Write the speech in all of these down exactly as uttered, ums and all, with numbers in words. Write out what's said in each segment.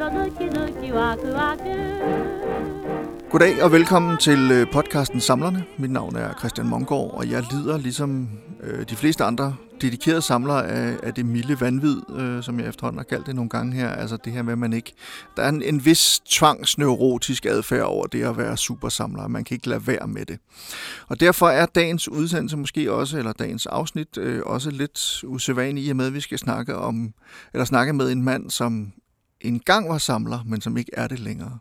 Goddag og velkommen til podcasten Samlerne. Mit navn er Christian Mongård, og jeg lider ligesom øh, de fleste andre dedikerede samlere af, af det milde vanvid, øh, som jeg efterhånden har kaldt det nogle gange her. Altså det her med, at man ikke... Der er en, en vis tvangsneurotisk adfærd over det at være supersamler. Man kan ikke lade være med det. Og derfor er dagens udsendelse måske også, eller dagens afsnit, øh, også lidt usædvanlig i og med, at vi skal snakke om, eller snakke med en mand, som engang var samler, men som ikke er det længere.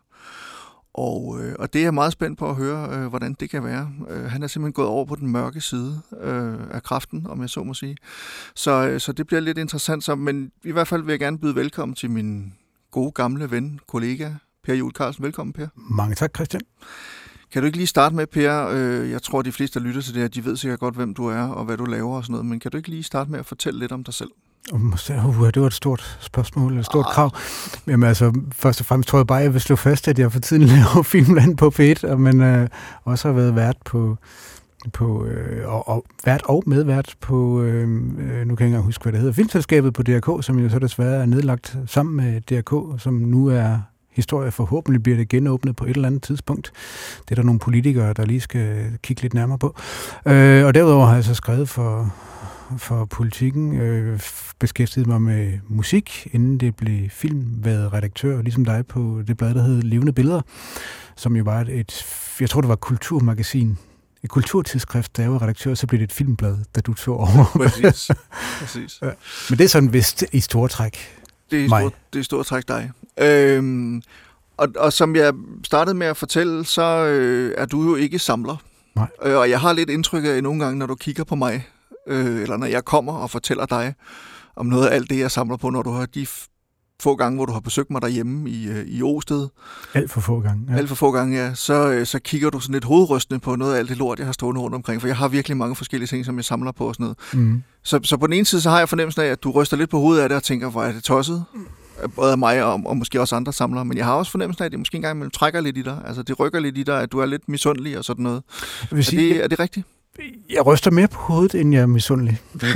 Og, øh, og det er jeg meget spændt på at høre, øh, hvordan det kan være. Øh, han er simpelthen gået over på den mørke side øh, af kraften, om jeg så må sige. Så, øh, så det bliver lidt interessant. Så, men i hvert fald vil jeg gerne byde velkommen til min gode gamle ven, kollega, Per Juul Carlsen. Velkommen, Per. Mange tak, Christian. Kan du ikke lige starte med, Per? Øh, jeg tror, de fleste, der lytter til det her, de ved sikkert godt, hvem du er og hvad du laver og sådan noget. Men kan du ikke lige starte med at fortælle lidt om dig selv? Uh, det var et stort spørgsmål, et stort ah. krav. Jamen altså, først og fremmest tror jeg bare, at jeg vil slå fast, at jeg for tiden laver Filmland på P et, men øh, også har været vært på, på øh, og, og vært og medvært på, øh, nu kan jeg ikke engang huske, hvad det hedder, Filmselskabet på D R K, som jo så desværre er nedlagt sammen med D R K, som nu er historie. Forhåbentlig bliver det genåbnet på et eller andet tidspunkt. Det er der nogle politikere, der lige skal kigge lidt nærmere på. Øh, og derudover har jeg så skrevet for... for Politikken, øh, beskæftiget mig med musik, inden det blev film, været redaktør, ligesom dig, på det blad, der hed Levende Billeder, som jo var et, et jeg tror, det var et kulturmagasin, et kulturtidsskrift, da jeg var redaktør, så blev det et filmblad, da du tog over. Præcis. Præcis. Ja. Men det er sådan vist i store træk. Det er stort, det er stort træk dig. Øhm, og, og som jeg startede med at fortælle, så øh, er du jo ikke samler. Nej. Øh, og jeg har lidt indtryk af nogle gange, når du kigger på mig, Øh, eller når jeg kommer og fortæller dig om noget af alt det, jeg samler på, når du har de få gange, hvor du har besøgt mig derhjemme i, øh, i Osted. Alt for få gange. Ja. Alt for få gange, ja. Så, øh, så kigger du sådan lidt hovedrystende på noget af alt det lort, jeg har stående rundt omkring, for jeg har virkelig mange forskellige ting, som jeg samler på og sådan noget. Mm. Så, så på den ene side, så har jeg fornemmelsen af, at du ryster lidt på hovedet af det og tænker, hvor er det tosset? Både af mig og, og måske også andre samlere, men jeg har også fornemmelsen af, at det måske engang imellem trækker lidt i dig. Altså det rykker lidt i dig, at du er lidt misundelig og sådan noget. Er det, sige, er det rigtigt? Jeg ryster mere på hovedet, end jeg er misundelig.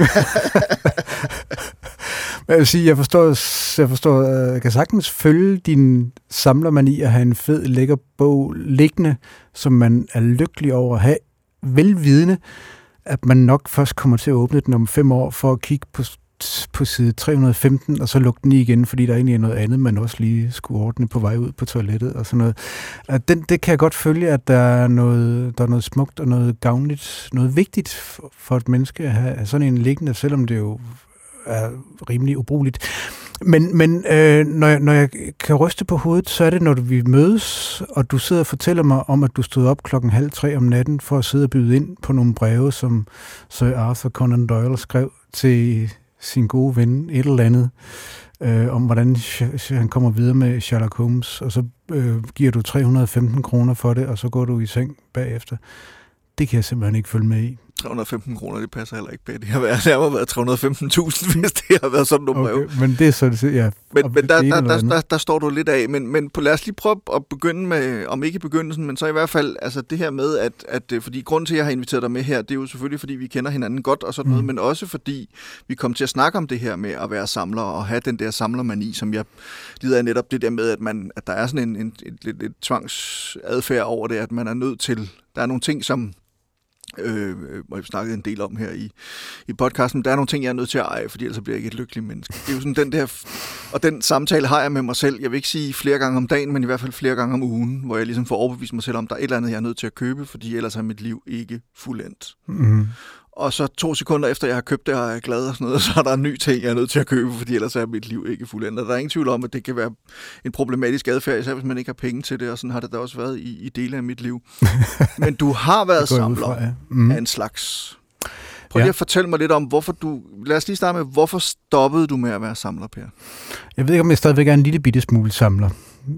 Jeg vil sige, jeg forstår, jeg forstår, jeg kan sagtens følge din samlermani at have en fed, lækker bog liggende, som man er lykkelig over at have, velvidende, at man nok først kommer til at åbne den om fem år for at kigge på på side tre hundrede og femten, og så lukke den i igen, fordi der egentlig er noget andet, man også lige skulle ordne på vej ud på toilettet og sådan noget. At den, det kan jeg godt følge, at der er noget, der er noget smukt og noget gavnligt, noget vigtigt for et menneske at have sådan en liggende, selvom det jo er rimelig ubrugeligt. Men, men øh, når, jeg, når jeg kan ryste på hovedet, så er det, når vi mødes, og du sidder og fortæller mig om, at du stod op klokken halv tre om natten for at sidde og byde ind på nogle breve, som Sir Arthur Conan Doyle skrev til sin gode ven, et eller andet, øh, om hvordan han kommer videre med Sherlock Holmes, og så øh, giver du tre hundrede og femten kroner for det, og så går du i seng bagefter. Det kan jeg simpelthen ikke følge med i. tre hundrede og femten kroner, det passer heller ikke på. Det har været, det har været tre hundrede og femten tusind, hvis det har været sådan nogle okay, brev. Men det er så det, ja. Men, men der, der, der, der, der står du lidt af. Men, men lad os lige prøve at begynde med, om ikke begyndelsen, men så i hvert fald, altså det her med, at, at fordi grunden til, at jeg har inviteret dig med her, det er jo selvfølgelig, fordi vi kender hinanden godt og sådan noget, mm. men også fordi vi kom til at snakke om det her med at være samler og have den der samlermani, som jeg lider af netop det der med, at, man, at der er sådan en, en, en, en, en tvangsadfærd over det, at man er nødt til, der er nogle ting, som Øh, hvor jeg snakkede en del om her i, i podcasten. Der er nogle ting, jeg er nødt til at eje, fordi ellers bliver jeg ikke et lykkeligt menneske. Det er jo sådan den der, og den samtale har jeg med mig selv. Jeg vil ikke sige flere gange om dagen, men i hvert fald flere gange om ugen, hvor jeg ligesom får overbevist mig selv om, der er et eller andet, jeg er nødt til at købe, fordi ellers er mit liv ikke fuldendt. Mm. Og så to sekunder efter, jeg har købt det, og jeg er glad og sådan noget, så er der en ny ting, jeg er nødt til at købe, fordi ellers er mit liv ikke fuldendt. Der er ingen tvivl om, at det kan være en problematisk adfærd, især hvis man ikke har penge til det, og sådan har det da også været i, i dele af mit liv. Men du har været samler fra, ja. mm. af en slags. Prøv lige ja. at fortælle mig lidt om, hvorfor du... Lad os lige starte med, hvorfor stoppede du med at være samler, Per? Jeg ved ikke, om jeg stadigvæk er en lille bitte smule samler.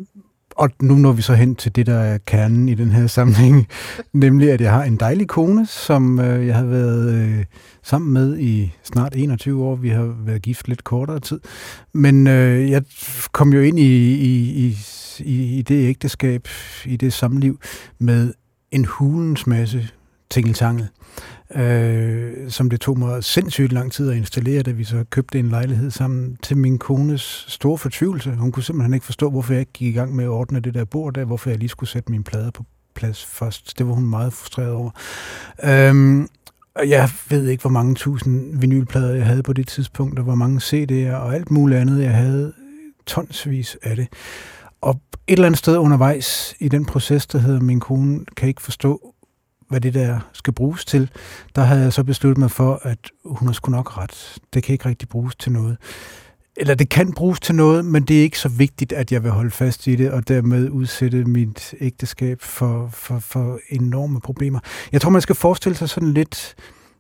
Og nu når vi så hen til det, der er kernen i den her sammenhæng, nemlig at jeg har en dejlig kone, som øh, jeg har været øh, sammen med i snart enogtyve år. Vi har været gift lidt kortere tid. Men øh, jeg kom jo ind i, i, i, i det ægteskab, i det samliv, med en hulens masse tingeltangel, øh, som det tog mig sindssygt lang tid at installere, da vi så købte en lejlighed sammen, til min kones store fortvivlelse. Hun kunne simpelthen ikke forstå, hvorfor jeg ikke gik i gang med at ordne det der bord der, hvorfor jeg lige skulle sætte mine plader på plads først. Det var hun meget frustreret over. Øhm, og jeg ved ikke, hvor mange tusind vinylplader jeg havde på det tidspunkt, og hvor mange C D'er og alt muligt andet. Jeg havde tonsvis af det. Og et eller andet sted undervejs i den proces, der hedder min kone kan ikke forstå, hvad det der skal bruges til, der havde jeg så besluttet mig for, at hun har sgu nok ret. Det kan ikke rigtig bruges til noget. Eller det kan bruges til noget, men det er ikke så vigtigt, at jeg vil holde fast i det, og dermed udsætte mit ægteskab for, for, for enorme problemer. Jeg tror, man skal forestille sig sådan lidt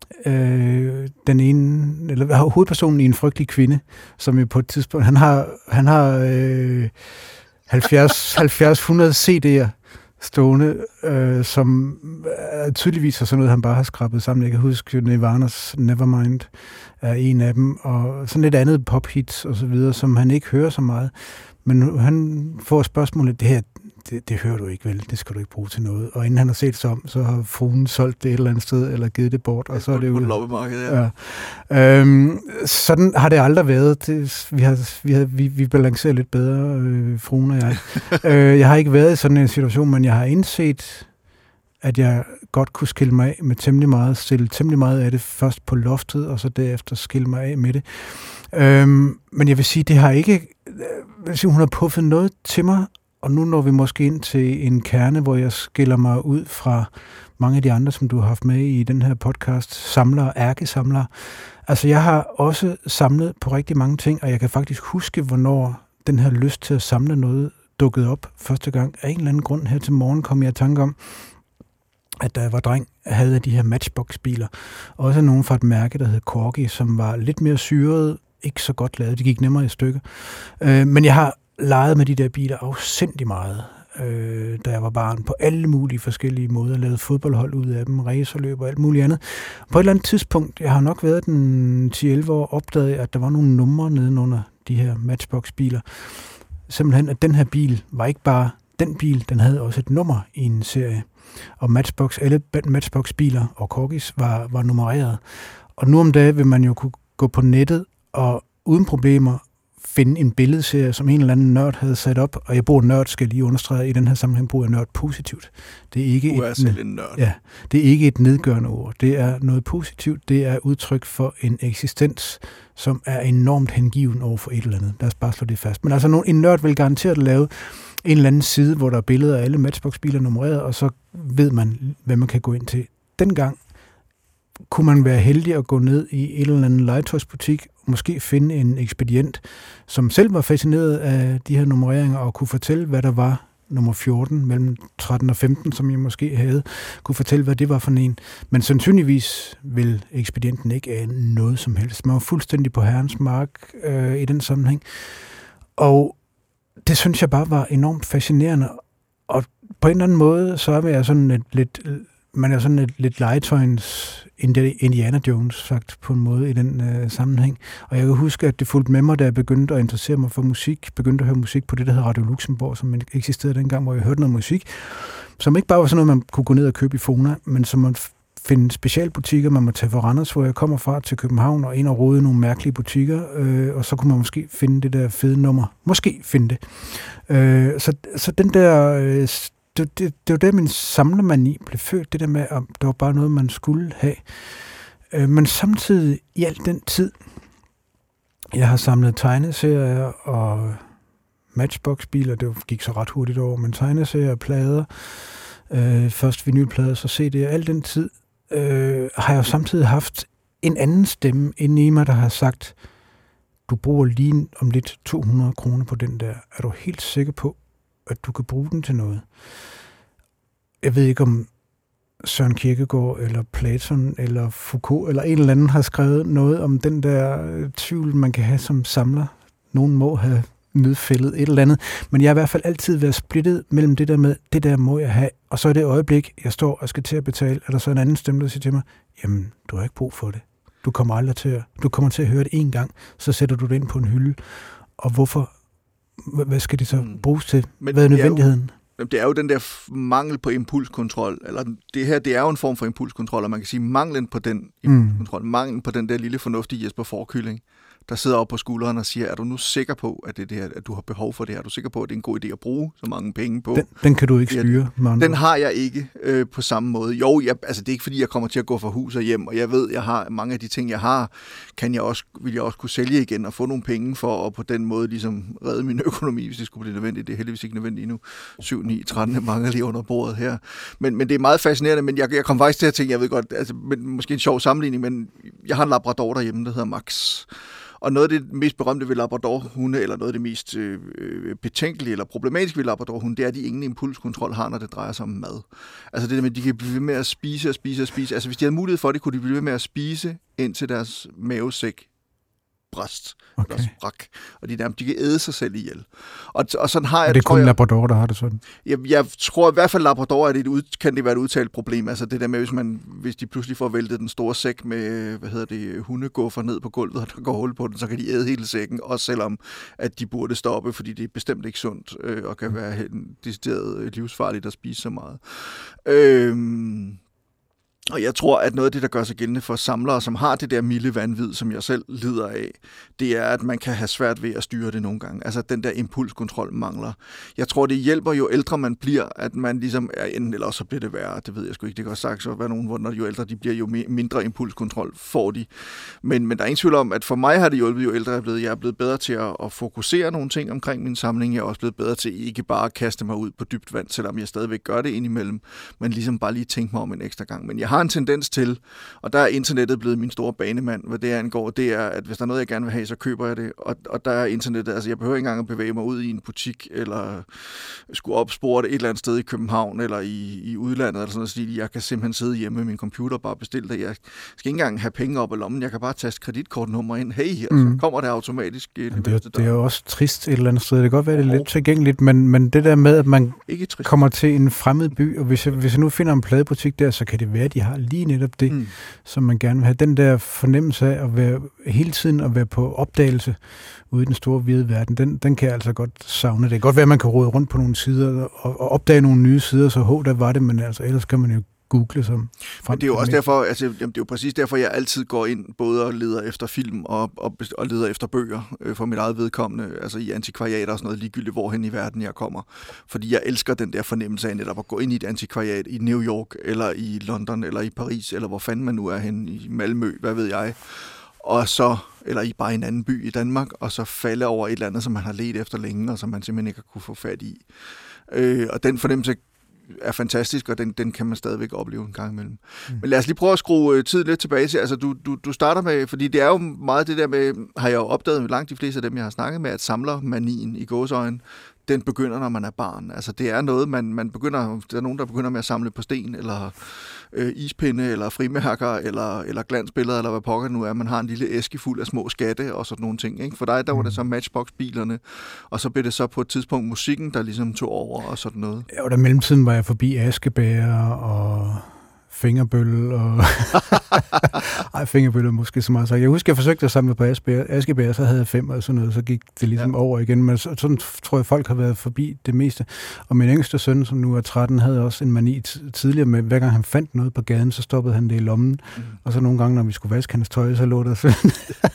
øh, den ene, eller hovedpersonen i En frygtelig kvinde, som jo på et tidspunkt, han har, han har øh, halvfjerds hundrede C D'er stående, øh, som er tydeligvis er sådan noget, han bare har skrabet sammen. Jeg kan huske Nirvanas Nevermind er en af dem, og sådan lidt andet pophits og så videre, som han ikke hører så meget. Men han får spørgsmålet, det her, det, det hører du ikke vel, det skal du ikke bruge til noget. Og inden han har set sig om, så har fruen solgt det et eller andet sted, eller givet det bort, og så er det jo... loppemarkedet, ja. ja. Øhm, sådan har det aldrig været. Det, vi, har, vi, har, vi, vi balancerer lidt bedre, øh, fruen og jeg. øh, jeg har ikke været i sådan en situation, men jeg har indset, at jeg godt kunne skille mig af med temmelig meget, stille temmelig meget af det først på loftet, og så derefter skille mig af med det. Øhm, men jeg vil sige, det har ikke... Jeg vil sige, hun har puffet noget til mig, og nu når vi måske ind til en kerne, hvor jeg skiller mig ud fra mange af de andre, som du har haft med i den her podcast, samlere, ærkesamlere. Altså, jeg har også samlet på rigtig mange ting, og jeg kan faktisk huske, hvornår den her lyst til at samle noget dukkede op første gang. Af en eller anden grund her til morgen kom jeg i tanke om, at da jeg var dreng, havde jeg de her Matchbox-biler. Også nogle fra et mærke, der hed Corgi, som var lidt mere syret, ikke så godt lavet. De gik nemmere i stykker. Øh, men jeg har leget med de der biler afsindig meget, øh, da jeg var barn, på alle mulige forskellige måder, lavet fodboldhold ud af dem, racerløb og alt muligt andet. På et eller andet tidspunkt, jeg har nok været den ti elleve år, opdagede jeg, at der var nogle numre nedenunder de her Matchbox-biler. Simpelthen, at den her bil var ikke bare den bil, den havde også et nummer i en serie. Og Matchbox, alle Matchbox-biler og Corgis var, var nummereret. Og nu om dagen vil man jo kunne gå på nettet og uden problemer finde en billedserie, som en eller anden nørd havde sat op, og jeg bruger nørd, skal jeg lige understrege, i den her sammenhæng bruger jeg nørd positivt. Det er ikke du er et, selv en nørd. Ja, det er ikke et nedgørende ord. Det er noget positivt. Det er udtryk for en eksistens, som er enormt hengiven over for et eller andet. Lad os bare slå det fast. Men altså, en nørd vil garanteret lave en eller anden side, hvor der er billeder af alle Matchbox-biler nummereret, og så ved man, hvad man kan gå ind til. Dengang kunne man være heldig at gå ned i en eller anden legetøjsbutik, måske finde en ekspedient, som selv var fascineret af de her nummereringer, og kunne fortælle, hvad der var nummer fjorten, mellem tretten og femten, som jeg måske havde, kunne fortælle, hvad det var for en. Men sandsynligvis vil ekspedienten ikke ane noget som helst. Man var fuldstændig på herrens mark øh, i den sammenhæng. Og det synes jeg bare var enormt fascinerende. Og på en eller anden måde, så er jeg sådan et lidt... Man er sådan et lidt legetøjens Indiana Jones, sagt på en måde i den øh, sammenhæng. Og jeg kan huske, at det fulgte med mig, da jeg begyndte at interessere mig for musik, begyndte at høre musik på det, der hedder Radio Luxembourg, som eksisterede dengang, hvor jeg hørte noget musik, som ikke bare var sådan noget, man kunne gå ned og købe i Fona, men som man finde specialbutikker. Man må tage fra Randers, hvor jeg kommer fra, til København, og ind og rode i nogle mærkelige butikker, øh, og så kunne man måske finde det der fede nummer. Måske finde det. Øh, så, så den der... Øh, Det, det, det var der, min samlermani blev født, det der med, at der var bare noget, man skulle have. Øh, men samtidig i al den tid, jeg har samlet tegneserier og Matchbox-biler, det gik så ret hurtigt over, men tegneserier og plader, øh, først vinylplader, så C D'er, al den tid, øh, har jeg jo samtidig haft en anden stemme inde i mig, der har sagt, du bruger lige om lidt to hundrede kroner på den der. Er du helt sikker på, at du kan bruge den til noget? Jeg ved ikke, om Søren Kierkegaard, eller Platon, eller Foucault, eller en eller anden har skrevet noget om den der tvivl, man kan have som samler. Nogen må have nedfældet et eller andet, men jeg har i hvert fald altid været splittet mellem det der med, det der må jeg have, og så er det øjeblik, jeg står og skal til at betale, er der så en anden stemme, der siger til mig, jamen, du har ikke brug for det. Du kommer aldrig til at, du kommer til at høre det en gang, så sætter du det ind på en hylde, og hvorfor, hvad skal det så bruges til? Men hvad er nødvendigheden? Det er jo den der mangel på impulskontrol, eller det her, det er jo en form for impulskontrol, og man kan sige manglen på den impulskontrol, mm. manglen på den der lille fornuftige Jesper Forkylling, der sidder op på skulderen og siger, er du nu sikker på, at det er det her, at du har behov for det her? Er du sikker på, at det er en god idé at bruge så mange penge på? Den, den kan du ikke styre. Den, den har jeg ikke øh, på samme måde. Jo, jeg, altså det er ikke fordi, jeg kommer til at gå fra hus og hjem, og jeg ved, jeg har mange af de ting, jeg har, kan jeg også, vil jeg også kunne sælge igen og få nogle penge for, og på den måde ligesom redde min økonomi, hvis det skulle blive nødvendigt. Det er heldigvis ikke nødvendigt endnu. syv, ni, tretten mange lige under bordet her. Men, men det er meget fascinerende, men jeg, jeg kom faktisk til at tænke, jeg ved godt, altså, men, måske en sjov sammenligning, men jeg har en labrador derhjemme, der hedder Max. Og noget af det mest berømte ved labradorhunde, eller noget af det mest øh, betænkelige eller problematiske ved labradorhunde, det er, at de ingen impulskontrol har, når det drejer sig om mad. Altså det der med, at de kan blive ved med at spise og spise og spise. Altså hvis de havde mulighed for det, kunne de blive ved med at spise indtil deres mavesæk bræst, okay. eller sprak, og de, der, de kan æde sig selv ihjel. Og, og sådan har jeg... Og det er kun jeg, labrador, der har det sådan? Jeg, jeg tror i hvert fald, labrador er det et ud, kan det være et udtalt problem. Altså det der med, hvis, man, hvis de pludselig får væltet den store sæk med, hvad hedder det, hundeguffer ned på gulvet, og der går hul på den, så kan de æde hele sækken, også selvom at de burde stoppe, fordi det er bestemt ikke sundt, øh, og kan være decideret livsfarligt at spise så meget. Øh, Og jeg tror, at noget af det, der gør sig gældende for samlere, som har det der milde vanvid, som jeg selv lider af, det er, at man kan have svært ved at styre det nogle gange. Altså, den der impulskontrol mangler. Jeg tror, det hjælper, jo ældre man bliver, at man ligesom er enten, eller så bliver det værre, det ved jeg sgu ikke, det kan også sagt, så være nogen, hvor når jo ældre de bliver, jo mindre impulskontrol får de. Men, men der er ingen tvivl om, at for mig har det hjulpet, jo ældre jeg er blevet. Jeg er blevet bedre til at, at fokusere nogle ting omkring min samling. Jeg er også blevet bedre til ikke bare at kaste mig ud på dybt vand, selvom jeg stadigvæk gør det indimellem, men ligesom bare lige tænke mig om en ekstra gang. Men jeg har en tendens til, og der er internettet blevet min store banemand, hvad det angår, det er, at hvis der er noget, jeg gerne vil have, så køber jeg det, og, og der er internettet, altså jeg behøver ikke engang at bevæge mig ud i en butik, eller skulle opspore det et eller andet sted i København, eller i, i udlandet, eller sådan noget stil. Jeg kan simpelthen sidde hjemme med min computer og bare bestille det. Jeg skal ikke engang have penge op i lommen, jeg kan bare taste kreditkortnummer ind, hey, her, mm. så kommer det automatisk. Det, det, er, det er jo også trist et eller andet sted, det kan godt være, det er lidt tilgængeligt, men, men det der med, at man kommer til en fremmed by, og hvis jeg, hvis jeg nu finder en pladebutik der, så kan det være, at de har lige netop det, mm. som man gerne vil have. Den der fornemmelse af at være hele tiden at være på opdagelse ude i den store hvide verden, den, den kan jeg altså godt savne. Det kan godt være, at man kan rode rundt på nogle sider og, og opdage nogle nye sider, så hov, der var det, men altså ellers kan man jo google som frem. Men det er jo også derfor, altså, jamen, det er jo præcis derfor, jeg altid går ind både og leder efter film og, og, og leder efter bøger øh, for mit eget vedkommende, altså i antikvariater og sådan noget, ligegyldigt hvorhen i verden jeg kommer. Fordi jeg elsker den der fornemmelse af netop at gå ind i et antikvariat i New York, eller i London, eller i Paris, eller hvor fanden man nu er henne, i Malmø, hvad ved jeg, og så, eller i bare en anden by i Danmark, og så falde over et eller andet, som man har ledt efter længe, og som man simpelthen ikke har kunne få fat i. Øh, og den fornemmelse er fantastisk, og den, den kan man stadigvæk opleve en gang imellem. Mm. Men lad os lige prøve at skrue tiden lidt tilbage til, altså du, du, du starter med, fordi det er jo meget det der med, har jeg jo opdaget langt de fleste af dem, jeg har snakket med, at samlermanien i gåseøjne, den begynder, når man er barn. Altså det er noget, man, man begynder, der er nogen, der begynder med at samle på sten, eller øh, ispinde, eller frimærker, eller, eller glansbilleder, eller hvad pokker nu er. Man har en lille æske fuld af små skatte, og sådan nogle ting. Ikke? For dig, der var det så Matchbox-bilerne, og så blev det så på et tidspunkt musikken, der ligesom tog over, og sådan noget. Ja, og der mellemtiden var jeg forbi Askebæger, og fingerbølle, og... Ej, fingerbølle måske så meget. Så jeg husker, jeg forsøgte at samle på Askebæger, så havde jeg fem og sådan noget, så gik det ligesom ja. over igen. Men sådan tror jeg, folk har været forbi det meste. Og min yngste søn, som nu er tretten, havde også en mani tidligere med, hver gang han fandt noget på gaden, så stoppede han det i lommen. Mm. Og så nogle gange, når vi skulle vaske hans tøj, så lå der sådan...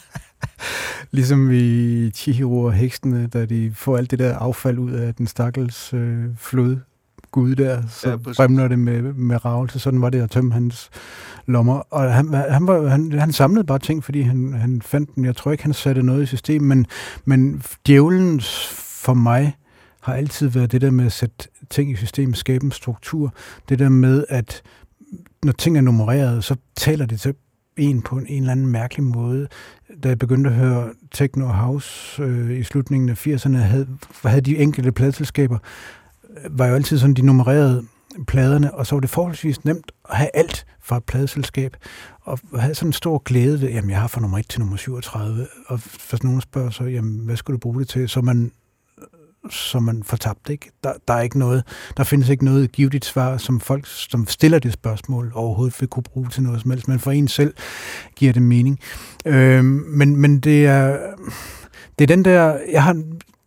Ligesom i Chihiro og heksene, da de får alt det der affald ud af den stakkels øh, flod. Gud der, så ja, bremler det med, med ravelse. Sådan var det at tømme hans lommer. Og han, han, var, han, han samlede bare ting, fordi han, han fandt den. Jeg tror ikke, han satte noget i systemet, men, men djævlen for mig har altid været det der med at sætte ting i systemet, skabe en struktur. Det der med, at når ting er nummereret, så taler det til en på en, en eller anden mærkelig måde. Da jeg begyndte at høre Techno House øh, i slutningen af firserne, havde, havde de enkelte pladeselskaber var jo altid sådan de nummererede pladerne, og så var det forholdsvis nemt at have alt fra et pladeselskab, og have sådan en stor glæde ved, jamen jeg har fra nummer et til nummer syvogtredive, og hvis nogen spørger så, jamen hvad skulle du bruge det til, så man så man fortabt, ikke? Der, der er ikke noget, der findes ikke noget givet svar, som folk, som stiller det spørgsmål, overhovedet vil kunne bruge til noget som helst, men for en selv giver det mening. Øh, men, men det er det er den der, jeg har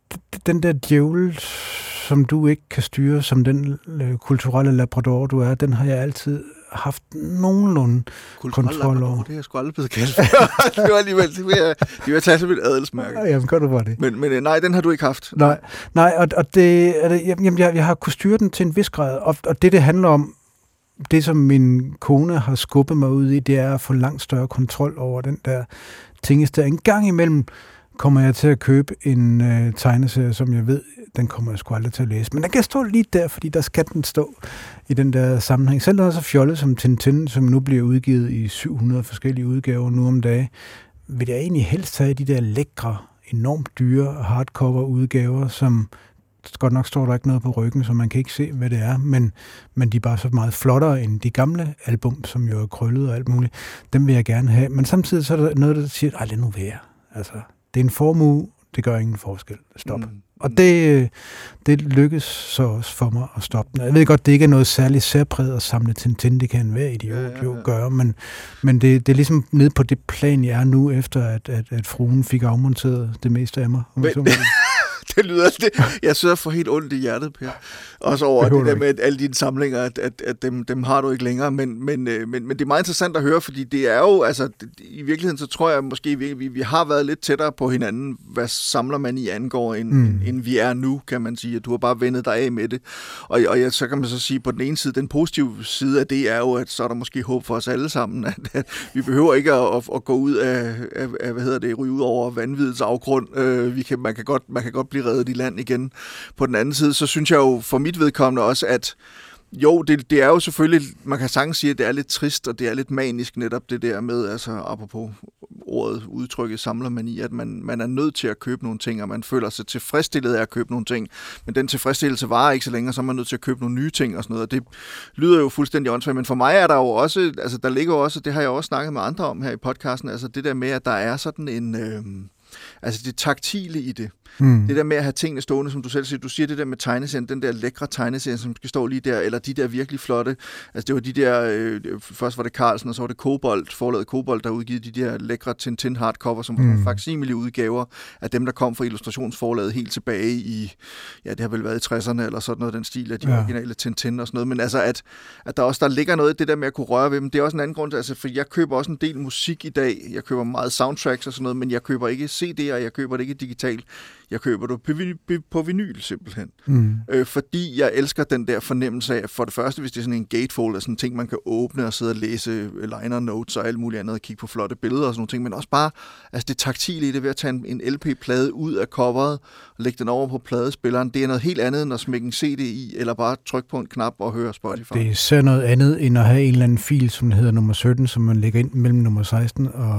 den der djævel, som du ikke kan styre, som den øh, kulturelle labrador, du er, den har jeg altid haft nogenlunde kontrol over. Det er jeg sgu aldrig blevet kaldt. Det var alligevel, det vil jeg, det vil jeg tage som et adelsmærke. Jamen, gør du bare det. Men, men nej, den har du ikke haft. Nej, nej og, og det, jamen, jeg, jeg har kunnet styre den til en vis grad, og, og det, det handler om, det som min kone har skubbet mig ud i, det er at få langt større kontrol over den der tingested. En gang imellem kommer jeg til at købe en øh, tegneserie, som jeg ved, den kommer jeg sgu aldrig til at læse. Men den kan stå lige der, fordi der skal den stå i den der sammenhæng. Selv noget så fjollet som Tintin, som nu bliver udgivet i syv hundrede forskellige udgaver nu om dagen, vil jeg egentlig helst have de der lækre, enormt dyre hardcover-udgaver, som godt nok står der ikke noget på ryggen, så man kan ikke se, hvad det er, men, men de er bare så meget flottere end de gamle album, som jo er krøllet og alt muligt. Dem vil jeg gerne have. Men samtidig så er der noget, der siger, ej, det er nu værd. Altså, det er en formue, det gør ingen forskel. Stop. Mm. Og det, det lykkes så også for mig at stoppe den. Jeg ved godt, det ikke er noget særligt særpræget at samle Tintin, det kan enhver idiot ja, ja, ja. jo gøre, men, men det, det er ligesom nede på det plan, jeg er nu, efter at, at, at fruen fik afmonteret det meste af mig. Men, det lyder, det, jeg sidder for helt ondt i hjertet, Per. Også over det, det der med at alle dine samlinger, at, at, at dem, dem har du ikke længere, men, men, men, men det er meget interessant at høre, fordi det er jo, altså i virkeligheden, så tror jeg måske, vi, vi, vi har været lidt tættere på hinanden, hvad samler man i angår, end, mm. end, end vi er nu, kan man sige, at du har bare vendet dig af med det. Og, og ja, så kan man så sige, på den ene side, den positive side af det er jo, at så er der måske håb for os alle sammen, at, at vi behøver ikke at, at, at gå ud af, af, af, hvad hedder det, ryge ud over vanvidets afgrund. Øh, vi kan, man, kan godt, man kan godt blive reddet i land igen. På den anden side, så synes jeg jo for mit vedkommende også, at jo, det, det er jo selvfølgelig, man kan sagtens sige, at det er lidt trist, og det er lidt manisk netop det der med, altså apropos ordet, udtrykket samlermani, at man, man er nødt til at købe nogle ting, og man føler sig tilfredsstillet af at købe nogle ting, men den tilfredsstillelse varer ikke så længe, så er man nødt til at købe nogle nye ting og sådan noget, og det lyder jo fuldstændig åndssvagt, men for mig er der jo også, altså der ligger jo også, det har jeg også snakket med andre om her i podcasten, altså det der med, at der er sådan en, øh, altså det taktile i det. Mm. Det der med at have tingene stående, som du selv siger, du siger det der med tegneserien, den der lækre tegneserien, som skal stå lige der, eller de der virkelig flotte, altså det var de der, øh, først var det Carlsen, og så var det Kobolt, forlaget Kobolt, der udgivet de der lækre Tintin hardcover, som mm. var faksimilige udgaver af dem, der kom fra illustrationsforlaget helt tilbage i, ja, det har vel været i tresserne, eller sådan noget, den stil af de ja. originale Tintin og sådan noget, men altså, at, at der også der ligger noget i det der med at kunne røre ved dem, det er også en anden grund til, altså, for jeg køber også en del musik i dag, jeg køber meget soundtracks og sådan noget, men jeg køber ikke C D'er, jeg køber det ikke digitalt. Jeg køber det på vinyl, simpelthen. Mm. Øh, fordi jeg elsker den der fornemmelse af, for det første, hvis det er sådan en gatefold, altså sådan en ting, man kan åbne og sidde og læse liner notes og alt muligt andet, og kigge på flotte billeder og sådan nogle ting, men også bare altså det taktile i det ved at tage en, en L P-plade ud af coveret og lægge den over på pladespilleren. Det er noget helt andet, end at smække en C D i, eller bare trykke på en knap og høre Spotify. Det er så noget andet, end at have en eller anden fil, som hedder nummer sytten, som man lægger ind mellem nummer seksten og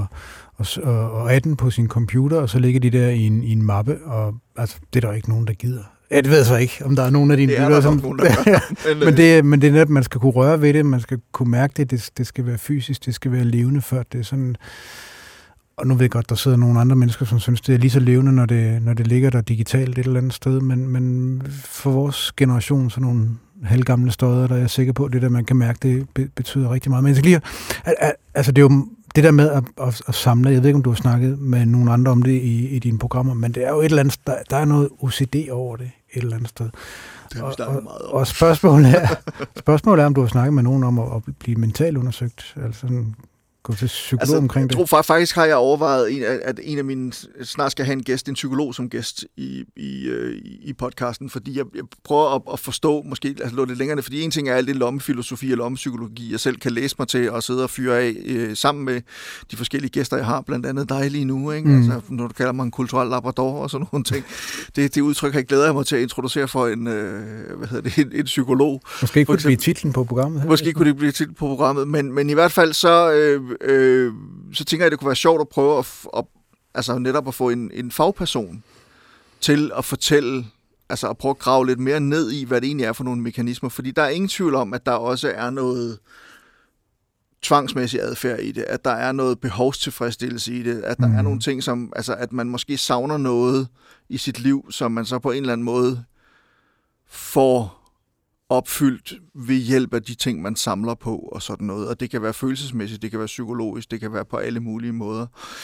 Og, og atten på sin computer, og så ligger de der i en, i en mappe, og altså, det er der ikke nogen, der gider. Jeg ved så ikke, om der er nogen af dine lyttere, som... Nogen, der men, det, men det er netop, man skal kunne røre ved det, man skal kunne mærke det, det, det skal være fysisk, det skal være levende, før det er sådan... Og nu ved jeg godt, der sidder nogle andre mennesker, som synes, det er lige så levende, når det, når det ligger der digitalt et eller andet sted, men, men for vores generation, så nogle halvgamle støder, der er jeg sikker på, det der, man kan mærke, det betyder rigtig meget. Men jeg skal lige... Altså, det er jo... Det der med at, at, at samle, jeg ved ikke, om du har snakket med nogle andre om det i, i dine programmer, men det er jo et eller andet, der, der er noget O C D over det et eller andet sted. Det har vi snakket meget om. Og, og spørgsmålet, er, spørgsmålet er, om du har snakket med nogen om at, at blive mentalt undersøgt, altså sådan, gå til psykolog altså, omkring det. Jeg tror faktisk, har jeg overvejet, at en af mine snart skal have en gæst, en psykolog som gæst i, i, i podcasten, fordi jeg, jeg prøver at, at forstå, måske altså lå lidt længere, fordi en ting er alt det lommefilosofi og lommepsykologi, jeg selv kan læse mig til og sidde og fyre af øh, sammen med de forskellige gæster, jeg har, blandt andet dig lige nu, ikke? Mm. Altså, når du kalder mig en kulturel labrador og sådan nogle ting. Det, det udtryk har jeg glæder mig til at introducere for en, øh, hvad hedder det, en, en psykolog. Måske kunne det blive titlen på programmet. Her, Måske kunne det blive titlen på programmet, men, men i hvert fald så... Øh, Øh, så tænker jeg, at det kunne være sjovt at prøve at, at, altså netop at få en, en fagperson til at fortælle, altså at prøve at grave lidt mere ned i, hvad det egentlig er for nogle mekanismer, fordi der er ingen tvivl om, at der også er noget tvangsmæssig adfærd i det, at der er noget behovstilfredsstillelse i det, at der mm. er nogle ting, som, altså at man måske savner noget i sit liv, som man så på en eller anden måde får opfyldt ved hjælp af de ting, man samler på og sådan noget. Og det kan være følelsesmæssigt, det kan være psykologisk, det kan være på alle mulige måder.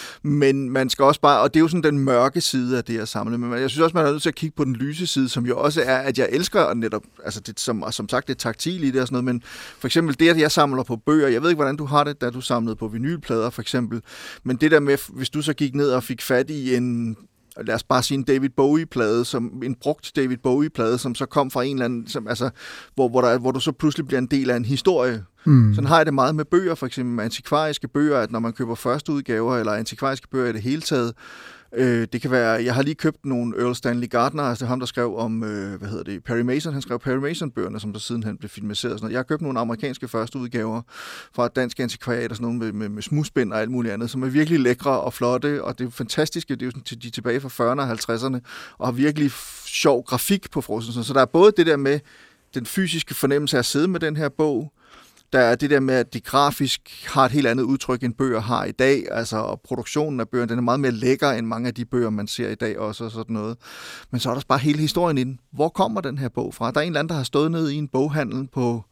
Men man skal også bare, og det er jo sådan den mørke side af det at samle, men jeg synes også, man er nødt til at kigge på den lyse side, som jo også er, at jeg elsker netop, altså det, som, som sagt, det taktil i det og sådan noget, men for eksempel det, at jeg samler på bøger, jeg ved ikke, hvordan du har det, da du samlede på vinylplader for eksempel, men det der med, hvis du så gik ned og fik fat i en, lad os bare sige en David Bowie-plade, som en brugt David Bowie-plade, som så kom fra en eller anden, som, altså, hvor, hvor, der, hvor du så pludselig bliver en del af en historie. Mm. Sådan har jeg det meget med bøger, for eksempel med antikvariske bøger, at når man køber første udgaver, eller antikvariske bøger i det hele taget, øh, det kan være, jeg har lige købt nogle Earl Stanley Gardner, altså ham, der skrev om, øh, hvad hedder det, Perry Mason, han skrev Perry Mason-bøgerne, som der sidenhen blev filmatiseret og sådan noget. Jeg har købt nogle amerikanske første udgaver fra et dansk antikvariat og sådan nogle med, med, med smuspind og alt muligt andet, som er virkelig lækre og flotte, og det er fantastiske, det er jo sådan, de er tilbage fra fyrrerne og halvtredserne, og har virkelig sjov grafik på forsiden. Så der er både det der med den fysiske fornemmelse af at sidde med den her bog, der er det der med, at de grafisk har et helt andet udtryk, end bøger har i dag. Altså, og produktionen af bøger, den er meget mere lækker, end mange af de bøger, man ser i dag også, og sådan noget. Men så er der bare hele historien i den. Hvor kommer den her bog fra? Der er en eller anden, der har stået nede i en boghandel på,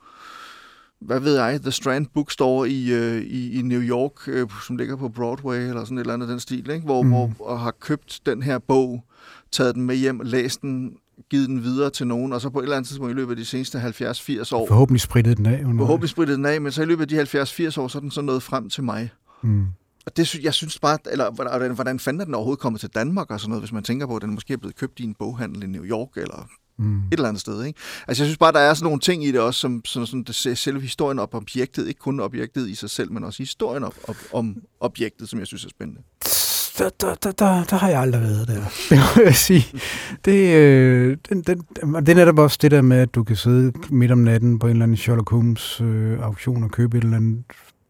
hvad ved jeg, The Strand Bookstore i, øh, i, i New York, øh, som ligger på Broadway, eller sådan et eller andet den stil, ikke? Hvor, mm. hvor og har købt den her bog, taget den med hjem, læst den, givet den videre til nogen, og så på et eller andet tidspunkt i løbet af de seneste halvfjerds firs år. Forhåbentlig sprittede den af. Forhåbentlig sprittede den af, men så i løbet af de halvfjerds firs år, så er den så nået frem til mig. Mm. Og det, jeg synes bare, eller hvordan, hvordan fanden er den overhovedet kommet til Danmark og sådan noget, hvis man tænker på, at den måske er blevet købt i en boghandel i New York, eller mm. et eller andet sted, ikke? Altså jeg synes bare, der er sådan nogle ting i det også, som sådan, sådan, det ser selve historien op objektet, ikke kun objektet i sig selv, men også historien op, op, om objektet, som jeg synes er spændende. Der, der, der, der, der har jeg aldrig været der, det må jeg sige. Det, øh, den, den, det er netop også det der med, at du kan sidde midt om natten på en eller anden Sherlock Holmes øh, auktion og købe et eller andet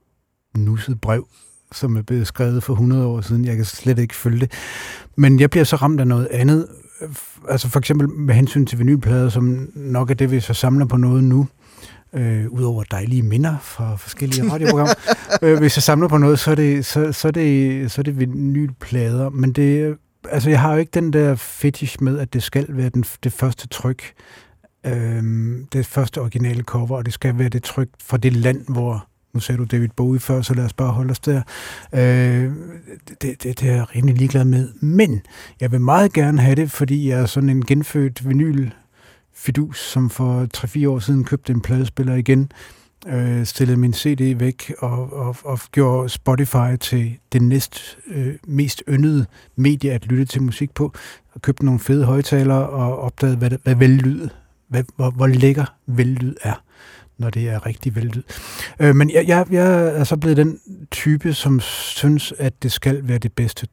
nusset brev, som er blevet skrevet for hundrede år siden. Jeg kan slet ikke følge det. Men jeg bliver så ramt af noget andet. Altså for eksempel med hensyn til vinylplader, som nok er det, vi så samler på noget nu. Øh, Udover dejlige minder fra forskellige radioprogrammer. øh, hvis jeg samler på noget, så er det, så, så er det, så er det vinylplader. Men det, altså jeg har jo ikke den der fetish med, at det skal være den, det første tryk. Øh, det første originale cover, og det skal være det tryk fra det land, hvor, nu sagde du David Bowie før, så lad os bare holde os der. Øh, det, det, det er jeg rimelig ligeglad med. Men jeg vil meget gerne have det, fordi jeg er sådan en genfødt vinyl fidus, som for tre fire år siden købte en pladespiller igen, øh, stillede min C D væk og, og, og gjorde Spotify til det næst øh, mest yndede medie at lytte til musik på, og købte nogle fede højtalere og opdagede, hvad, hvad vellyd, hvad, hvor, hvor lækker vellyd er, når det er rigtig vellyd. Øh, men jeg, jeg, jeg er så blevet den type, som synes, at det skal være det bedste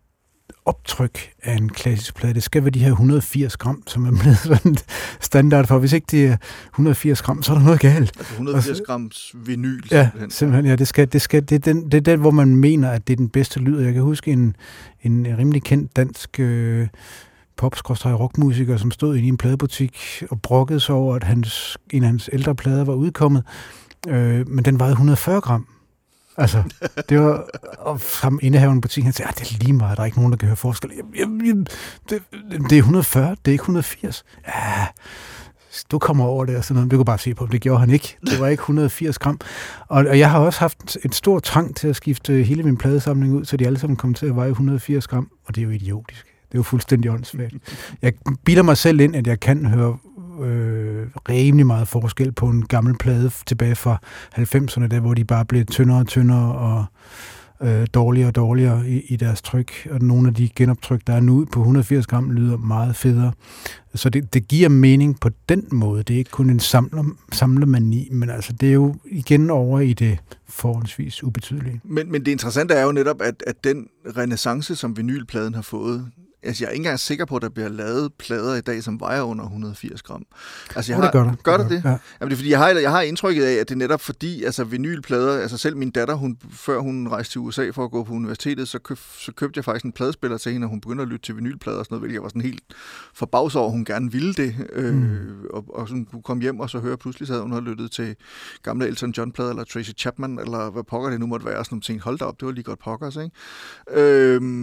optryk af en klassisk plade. Det skal være de her et hundrede og firs gram, som er blevet sådan standard for. Hvis ikke det er et hundrede og firs gram, så er der noget galt. Altså et hundrede og firs grams vinyl. Ja, simpelthen. simpelthen ja, det, skal, det, skal, det, er den, det er den, hvor man mener, at det er den bedste lyd. Jeg kan huske en, en rimelig kendt dansk øh, pop-rockmusiker, som stod inde i en pladebutik og brokkede sig over, at hans, en af hans ældre plader var udkommet, øh, men den vejede et hundrede og fyrre gram. Altså, det var, og ham indehaveren på butikken, han sagde, at det er lige meget, der er ikke nogen, der kan høre forskel. Jamen, jamen, det, det er et hundrede og fyrre, det er ikke et hundrede og firs. Ja, du kommer over det og sådan noget. Du kan bare se på, det gjorde han ikke. Det var ikke et hundrede og firs gram. Og, og jeg har også haft et stort trang til at skifte hele min pladesamling ud, så de alle sammen kom til at veje et hundrede og firs gram, og det er jo idiotisk. Det er jo fuldstændig åndssvagt. Jeg bilder mig selv ind, at jeg kan høre øh, rimelig meget forskel på en gammel plade tilbage fra halvfemserne, der hvor de bare blev tyndere og tyndere og øh, dårligere og dårligere i, i deres tryk. Og nogle af de genoptryk, der er nu på et hundrede og firs gram, lyder meget federe. Så det, det giver mening på den måde. Det er ikke kun en samler, samlermani, men altså det er jo igen over i det forholdsvis ubetydelige. Men, men det interessante er jo netop, at, at den renæssance, som vinylpladen har fået, altså, jeg er ikke engang sikker på, at der bliver lavet plader i dag, som vejer under et hundrede og firs gram. Altså, jeg har, det gør der. Gør det det? Ja. Jamen, det er fordi, jeg har, jeg har indtrykket af, at det er netop fordi, altså vinylplader, altså selv min datter, hun, før hun rejste til U S A for at gå på universitetet, så, køb, så købte jeg faktisk en pladespiller til hende, og hun begyndte at lytte til vinylplader og sådan noget, hvilket jeg var sådan helt forbavset over, hun gerne ville det. Øh, mm. Og, og sådan kunne komme hjem og så høre, pludselig så havde hun lyttet til gamle Elton John-plader, eller Tracy Chapman, eller hvad pokker det nu måtte være, sådan nogle ting. Hold da op, det var lige godt pokkers, ikke? Øh,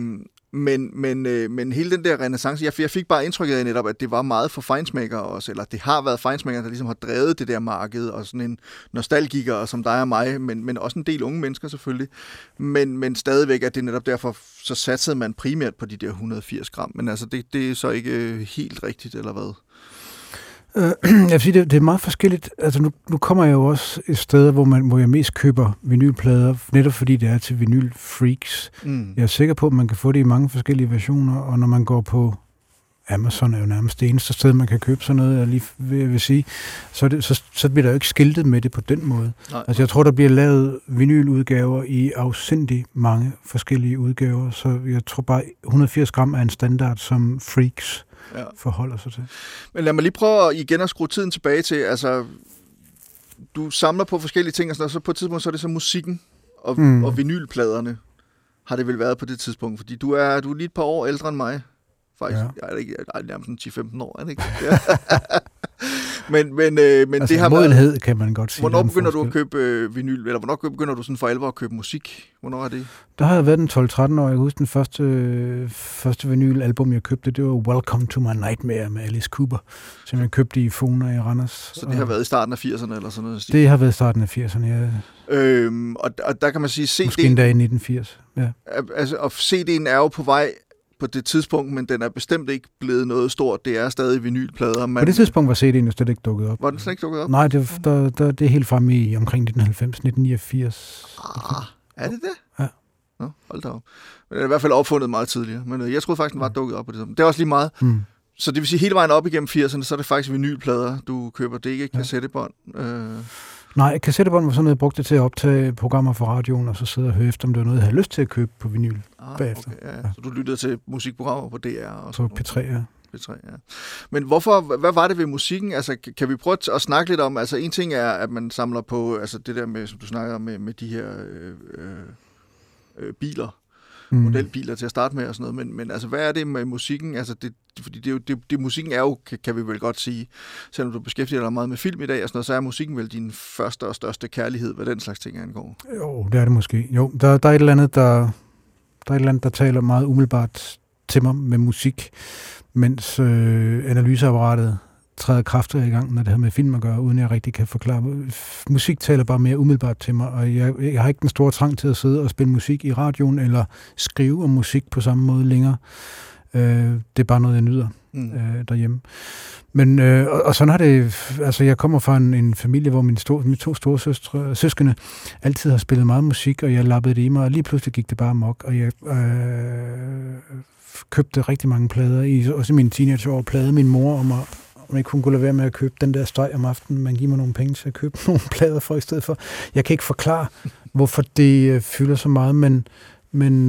Men, men, øh, men hele den der renaissance, jeg, jeg fik bare indtrykket af netop, at det var meget for feinschmeckere også, eller det har været feinschmeckere, der ligesom har drevet det der marked, og sådan en nostalgiker som dig og mig, men, men også en del unge mennesker selvfølgelig. Men, men stadigvæk er det netop derfor, så satsede man primært på de der et hundrede og firs gram. Men altså, det, det er så ikke helt rigtigt, eller hvad? Jeg vil sige, det, det er meget forskelligt. Altså nu, nu kommer jeg jo også et sted, hvor, man, hvor jeg mest køber vinylplader, netop fordi det er til vinylfreaks. Mm. Jeg er sikker på, at man kan få det i mange forskellige versioner, og når man går på Amazon, er jo nærmest det eneste sted, man kan købe sådan noget, jeg lige vil, vil sige, så, det, så, så bliver der jo ikke skiltet med det på den måde. Nej. Altså jeg tror, der bliver lavet vinyludgaver i afsindig mange forskellige udgaver, så jeg tror bare, et hundrede og firs gram er en standard, som freaks ja. forholder sig til. Men lad mig lige prøve igen at skrue tiden tilbage til, altså, du samler på forskellige ting, og så på et tidspunkt, så er det så musikken og, mm. og vinylpladerne, har det vel været på det tidspunkt, fordi du er, du er lige et par år ældre end mig, faktisk. Ja. Jeg er ikke, jeg er nærmest ti til femten år, er det ikke? Ja. men men, øh, men altså, det har modenhed, været, kan man godt sige. Hvornår begynder du at købe øh, vinyl, eller hvornår begynder du sådan for alvor at købe musik? Hvornår er det? Der har jeg været en tolv tretten år. Jeg husker den første, øh, første vinylalbum, jeg købte, det var Welcome to My Nightmare med Alice Cooper, som jeg købte i Fona i Randers. Så det har været i starten af firserne eller sådan noget? Det har været i starten af firserne, ja. Øhm, og, og der kan man sige, C D'en... Måske endda i nitten firs, ja. Altså, og C D'en er jo på vej på det tidspunkt, men den er bestemt ikke blevet noget stort. Det er stadig vinylplader. Man... På det tidspunkt var C D'en jo slet ikke dukket op. Var den slet ikke dukket op? Nej, det, der, der, det er helt fremme i omkring nitten halvfems, nitten niogfirs. Ah, er det det? Ja. Nå, hold da op. Men den er i hvert fald opfundet meget tidligere. Men jeg troede faktisk, den var dukket op på det tidspunkt. Det er også lige meget. Mm. Så det vil sige, hele vejen op igennem firserne, så er det faktisk vinylplader, du køber. Det er ikke kassettebånd. Øh... Nej, kassettebånd var sådan noget, jeg brugte til at optage programmer for radioen, og så sidde og høre efter, om det var noget, jeg havde lyst til at købe på vinyl ah, bagefter. Okay, ja. Ja. Så du lyttede til musikprogrammer på D R? Og på P tre, ja. P tre, ja. Men hvorfor, hvad var det ved musikken? Altså, kan vi prøve at snakke lidt om, altså en ting er, at man samler på, altså det der med, som du snakker om, med, med de her øh, øh, biler, mm. modelbiler til at starte med og sådan noget, men, men altså, hvad er det med musikken? Altså, det, fordi det, er jo, det, det, musikken er jo, kan, kan vi vel godt sige, selvom du beskæftiger dig meget med film i dag og sådan noget, så er musikken vel din første og største kærlighed, hvad den slags ting angår. Jo, det er det måske. Jo, der, der er et eller andet, der, der er et eller andet, der taler meget umiddelbart til mig med musik, mens øh, analyseapparatet træder kraftigere i gang, når det har med film at gøre, uden jeg rigtig kan forklare. Musik taler bare mere umiddelbart til mig, og jeg, jeg har ikke den store trang til at sidde og spille musik i radioen, eller skrive om musik på samme måde længere. Øh, det er bare noget, jeg nyder mm. øh, derhjemme. Men, øh, og, og sådan har det, altså jeg kommer fra en, en familie, hvor mine, store, mine to store søstre, søskende altid har spillet meget musik, og jeg lappede det i mig, og lige pludselig gik det bare amok, og jeg øh, købte rigtig mange plader, i, også i mine teenageår, plade min mor om at om ikke hun kunne lade være med at købe den der streg om aftenen, man giver mig nogle penge til at købe nogle plader for i stedet for. Jeg kan ikke forklare, hvorfor det øh, fylder så meget, men, men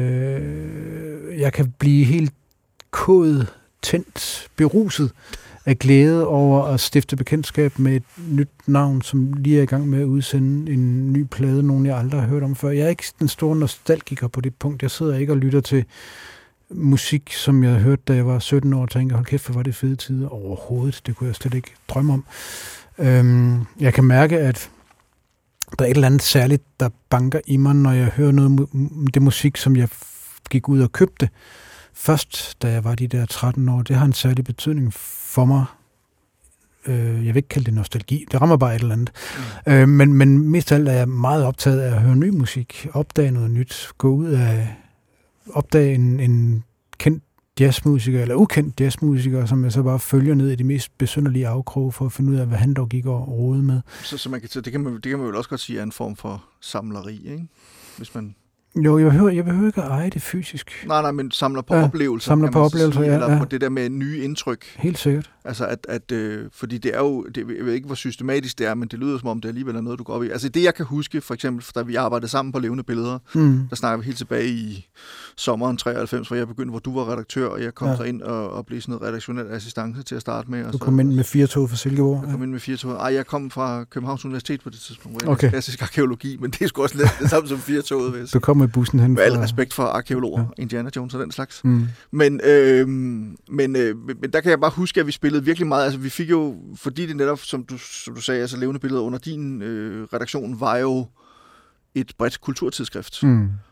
øh, jeg kan blive helt kodet, tændt, beruset af glæde over at stifte bekendtskab med et nyt navn, som lige er i gang med at udsende en ny plade, nogen jeg aldrig har hørt om før. Jeg er ikke den store nostalgiker på det punkt. Jeg sidder ikke og lytter til musik, som jeg hørte, da jeg var sytten år, og tænkte, hold kæft, hvor var det fede tider overhovedet. Det kunne jeg slet ikke drømme om. Øhm, jeg kan mærke, at der er et eller andet særligt, der banker i mig, når jeg hører noget mu- det musik, som jeg gik ud og købte. Først, da jeg var de der tretten år, det har en særlig betydning for mig. Øh, jeg vil ikke kalde det nostalgi. Det rammer bare et eller andet. Mm. Øh, men, men mest af alt er jeg meget optaget af at høre ny musik, opdage noget nyt, gå ud af opdage en, en kendt jazzmusiker, eller ukendt jazzmusiker, som jeg så bare følger ned i de mest besynderlige afkroge, for at finde ud af, hvad han dog gik og rode med. Så, så man kan, det, kan man, det kan man vel også godt sige er en form for samleri, ikke? Hvis man... Jo, jeg behøver, jeg behøver ikke at eje det fysisk. Nej, nej, men samler på ja, oplevelser. Samler på oplevelser, sige, ja. Eller ja. på det der med nye indtryk. Helt sikkert. Altså, at, at øh, fordi det er jo, det, jeg ved ikke, hvor systematisk det er, men det lyder som om, det alligevel er noget, du går op i. Altså, det jeg kan huske, for eksempel, da vi arbejdede sammen på Levende Billeder, mm. der snakker vi helt tilbage i sommeren treoghalvfems, hvor jeg begyndte, hvor du var redaktør, og jeg kom ja. så ind og, og blev sådan noget redaktionel assistance til at starte med. Og du så, kom ind med fire tog fra Silkeborg? Jeg kom ind med fire tog. Ej, jeg kom fra Københavns Universitet på det tidspunkt, hvor jeg okay. klassisk arkeologi, men det er sgu også lidt det samme som fire toget, hvis. Du kom med bussen hen. Med al respekt for arkeologer, ja. Indiana Jones og den slags. Mm. Men, øh, men, øh, men der kan jeg bare huske, at vi spillede virkelig meget. Altså, vi fik jo, fordi det netop, som du, som du sagde, altså Levende Billeder under din øh, redaktion, var jo et bredt kulturtidsskrift. Mm.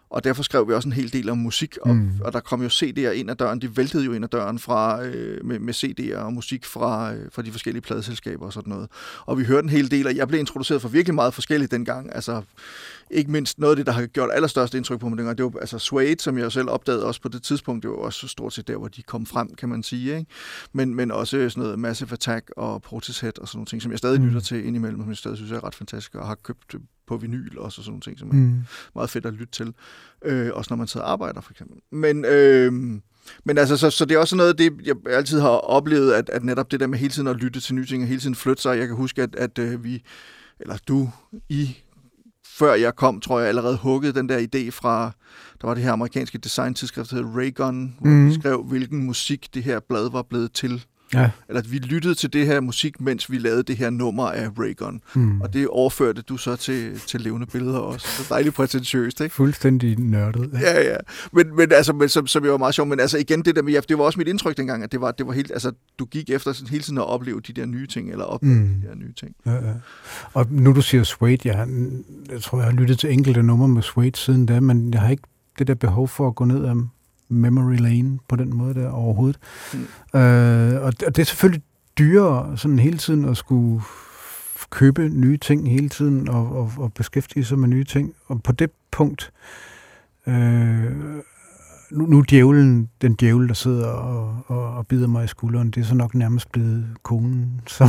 Og derfor skrev vi også en hel del om musik, og, Mm. og der kom jo C D'er ind ad døren. De væltede jo ind ad døren fra, øh, med, med C D'er og musik fra, øh, fra de forskellige pladeselskaber og sådan noget. Og vi hørte en hel del, og jeg blev introduceret for virkelig meget forskelligt dengang. Altså, ikke mindst noget af det, der har gjort allerstørst indtryk på mig dengang, det var altså Suede, som jeg selv opdagede også på det tidspunkt. Det var også stort set der, hvor de kom frem, kan man sige. Ikke? Men, men også sådan noget Massive Attack og Portishead og sådan nogle ting, som jeg stadig Mm. lytter til indimellem, som jeg stadig synes er ret fantastisk, og har købt på vinyl også, og sådan nogle ting, som er Mm. meget fedt at lytte til. Øh, også når man sidder og arbejder, for eksempel. Men, øh, men altså, så, så det er også noget af det, jeg altid har oplevet, at, at netop det der med hele tiden at lytte til nye ting, og hele tiden flytte sig. Jeg kan huske, at, at øh, vi, eller du, I, før jeg kom, tror jeg, allerede huggede den der idé fra, der var det her amerikanske design-tidsskrift, der hed Raygun, hvor Mm. vi skrev, hvilken musik det her blad var blevet til. Ja. Eller at vi lyttede til det her musik, mens vi lavede det her nummer af Raygun. Mm. Og det overførte du så til, til levende billeder også. Det er dejligt prætentiøst, ikke? Fuldstændig nørdet. Ja, ja. Men, men altså, men, som, som jo var meget sjovt, men altså igen, det der med, ja, det var også mit indtryk dengang, at det var, det var helt, altså, du gik efter sådan, hele tiden at opleve de der nye ting, eller opdage Mm. de der nye ting. Ja, ja. Og nu du siger Suede, jeg, jeg tror, jeg har lyttet til enkelte numre med Suede siden da, men jeg har ikke det der behov for at gå ned ad memory lane på den måde der overhovedet. Mm. Øh, og, det, og det er selvfølgelig dyrere sådan hele tiden at skulle købe nye ting hele tiden og, og, og beskæftige sig med nye ting. Og på det punkt, øh, nu, nu djævlen, den djævel, der sidder og, og, og bider mig i skulderen, det er så nok nærmest blevet konen, som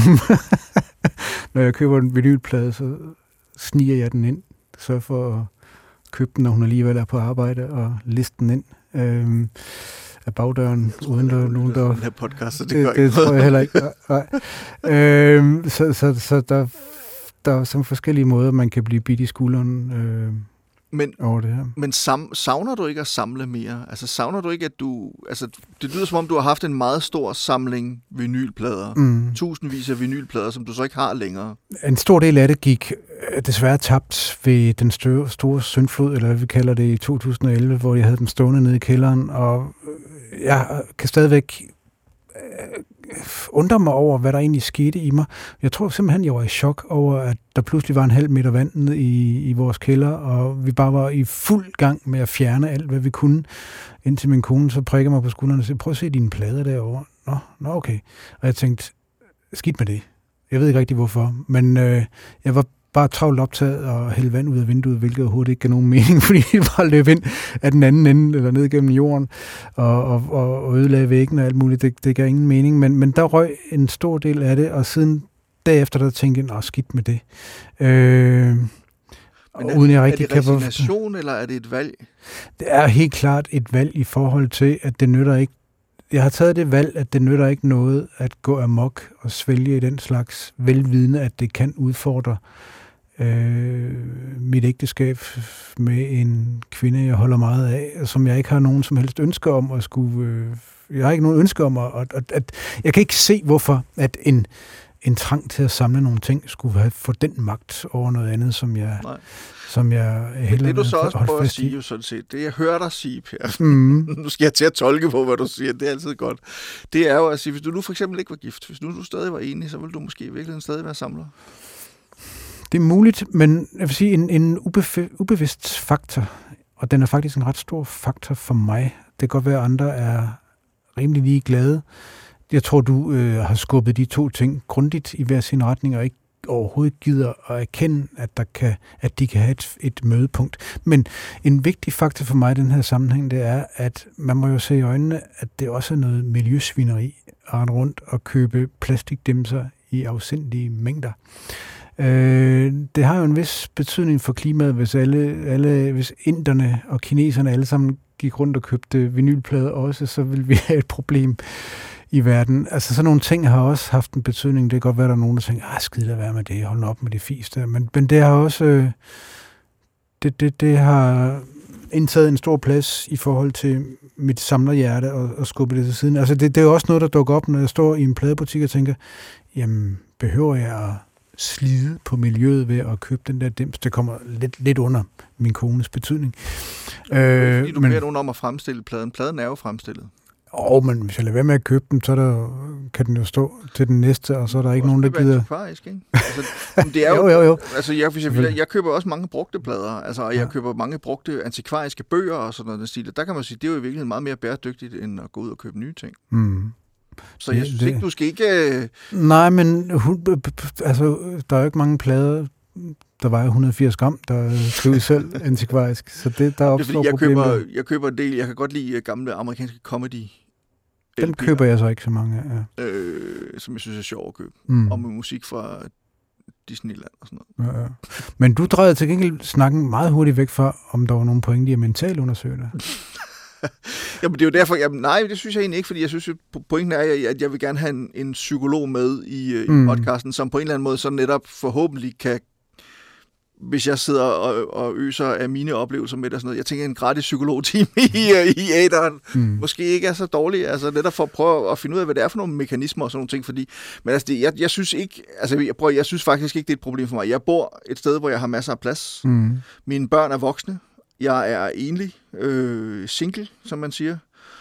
når jeg køber en vinylplade, så sniger jeg den ind, sørger for at købe den, når hun alligevel er på arbejde, og liste den ind øh, af bagdøren, tror, uden der nogen, der... Den her podcast, så det, det, gør det ikke tror jeg heller ikke. Nej. øh, så så, så der, der er sådan forskellige måder, man kan blive bidt i skulderen øh, men, over det her. Men sam, savner du ikke at samle mere? Altså savner du ikke, at du... Altså, det lyder som om, du har haft en meget stor samling vinylplader. Mm. Tusindvis af vinylplader, som du så ikke har længere. En stor del af det gik øh, desværre tabt ved den større, store syndflod, eller hvad vi kalder det, i to tusind og elleve, hvor jeg havde dem stående nede i kælderen, og jeg kan stadigvæk øh, undre mig over, hvad der egentlig skete i mig. Jeg tror simpelthen, jeg var i chok over, at der pludselig var en halv meter vand ned i, i vores kælder, og vi bare var i fuld gang med at fjerne alt, hvad vi kunne, indtil min kone så prikker mig på skulderen og siger, prøv at se dine plader derovre. Nå, nå okay. Og jeg tænkte, skidt med det. Jeg ved ikke rigtig hvorfor, men øh, jeg var bare travlt optaget og hælde vand ud af vinduet, hvilket overhovedet ikke gav nogen mening, fordi det bare løb ind af den anden ende, eller ned gennem jorden, og, og, og ødelagde væggen og alt muligt. Det, det gav ingen mening, men, men der røg en stor del af det, og siden derefter, der tænkte jeg, nå, skidt med det. Øh, Men er, uden jeg rigtig er det kan resignation, eller er det et valg? Det er helt klart et valg i forhold til, at det nytter ikke. Jeg har taget det valg, at det nytter ikke noget at gå amok og svælge i den slags velvidende, at det kan udfordre øh, mit ægteskab med en kvinde, jeg holder meget af, som jeg ikke har nogen som helst ønske om at skulle... Øh, jeg har ikke nogen ønske om at, at, at, at... Jeg kan ikke se, hvorfor at en, en trang til at samle nogle ting skulle have få den magt over noget andet, som jeg... Nej. Som jeg hellere det du så også prøver at sige, jo sådan set, det jeg hører dig sige, Per, mm. nu skal jeg til at tolke på, hvad du siger, det er altid godt, det er jo at sige, hvis du nu for eksempel ikke var gift, hvis nu du stadig var enig, så ville du måske i virkeligheden stadig være samler. Det er muligt, men jeg vil sige, en, en ubev- ubevidst faktor, og den er faktisk en ret stor faktor for mig. Det kan godt være, at andre er rimelig ligeglade. Jeg tror, du øh, har skubbet de to ting grundigt i hver sin retning, og ikke overhovedet gider at erkende, at, der kan, at de kan have et, et mødepunkt. Men en vigtig faktor for mig i den her sammenhæng, det er, at man må jo se i øjnene, at det også er noget miljøsvineri at rende rundt og købe plastikdimser i afsindige mængder. Øh, det har jo en vis betydning for klimaet, hvis alle, alle hvis inderne og kineserne alle sammen gik rundt og købte vinylplader også, så vil vi have et problem i verden. Altså sådan nogle ting har også haft en betydning. Det kan godt være, der er nogen, der tænker, ah, skide da være med det, hold nu op med det fisk der. Men, men det har også øh, det, det, det har indtaget en stor plads i forhold til mit samlerhjerte og, og skubbe det til siden. Altså det, det er også noget, der dukker op, når jeg står i en pladebutik og tænker, jamen, behøver jeg at slide på miljøet ved at købe den der dims? Det kommer lidt, lidt under min kones betydning. Øh, fordi du beder nogen om at fremstille pladen. Pladen er jo fremstillet. Åh, oh, men hvis jeg lader være med at købe dem, så der, kan den jo stå til den næste, og så er der ikke nogen, der gider... Antikvarisk, ikke? Altså, det er jo, jo, jo, jo. Altså, jeg, jeg, jeg, jeg køber også mange brugte plader, altså, og jeg ja. køber mange brugte antikvariske bøger og sådan noget stil. Der kan man sige, det er jo i virkeligheden meget mere bæredygtigt, end at gå ud og købe nye ting. Mm. Så jeg synes det, ikke, du skal ikke... Nej, men altså, der er jo ikke mange plader, der vejer et hundrede og firs gram, der skriver selv antikvarisk. Så det, der opstår jeg problemer. Køber, jeg køber en del, jeg kan godt lide gamle amerikanske comedy. Den køber jeg så ikke så mange af. Ja. Øh, som jeg synes er sjov at købe. Mm. Og med musik fra Disneyland og sådan noget. Ja, ja. Men du drejede til gengæld snakken meget hurtigt væk fra, om der var nogle pointer i mentalundersøgelser. Jamen det er jo derfor, jeg, nej, det synes jeg egentlig ikke, fordi jeg synes, at pointen er, at jeg vil gerne have en, en psykolog med i, mm. i podcasten, som på en eller anden måde så netop forhåbentlig kan, hvis jeg sidder og, og øser af mine oplevelser med det og sådan noget, jeg tænker en gratis psykologteam i, i æderen, mm. måske ikke er så dårlig, altså netop for at prøve at finde ud af, hvad det er for nogle mekanismer og sådan nogle ting, fordi, men altså det, jeg, jeg synes ikke, altså jeg, prøver, jeg synes faktisk ikke, det er et problem for mig. Jeg bor et sted, hvor jeg har masser af plads. Mm. Mine børn er voksne. Jeg er enlig, øh, single, som man siger,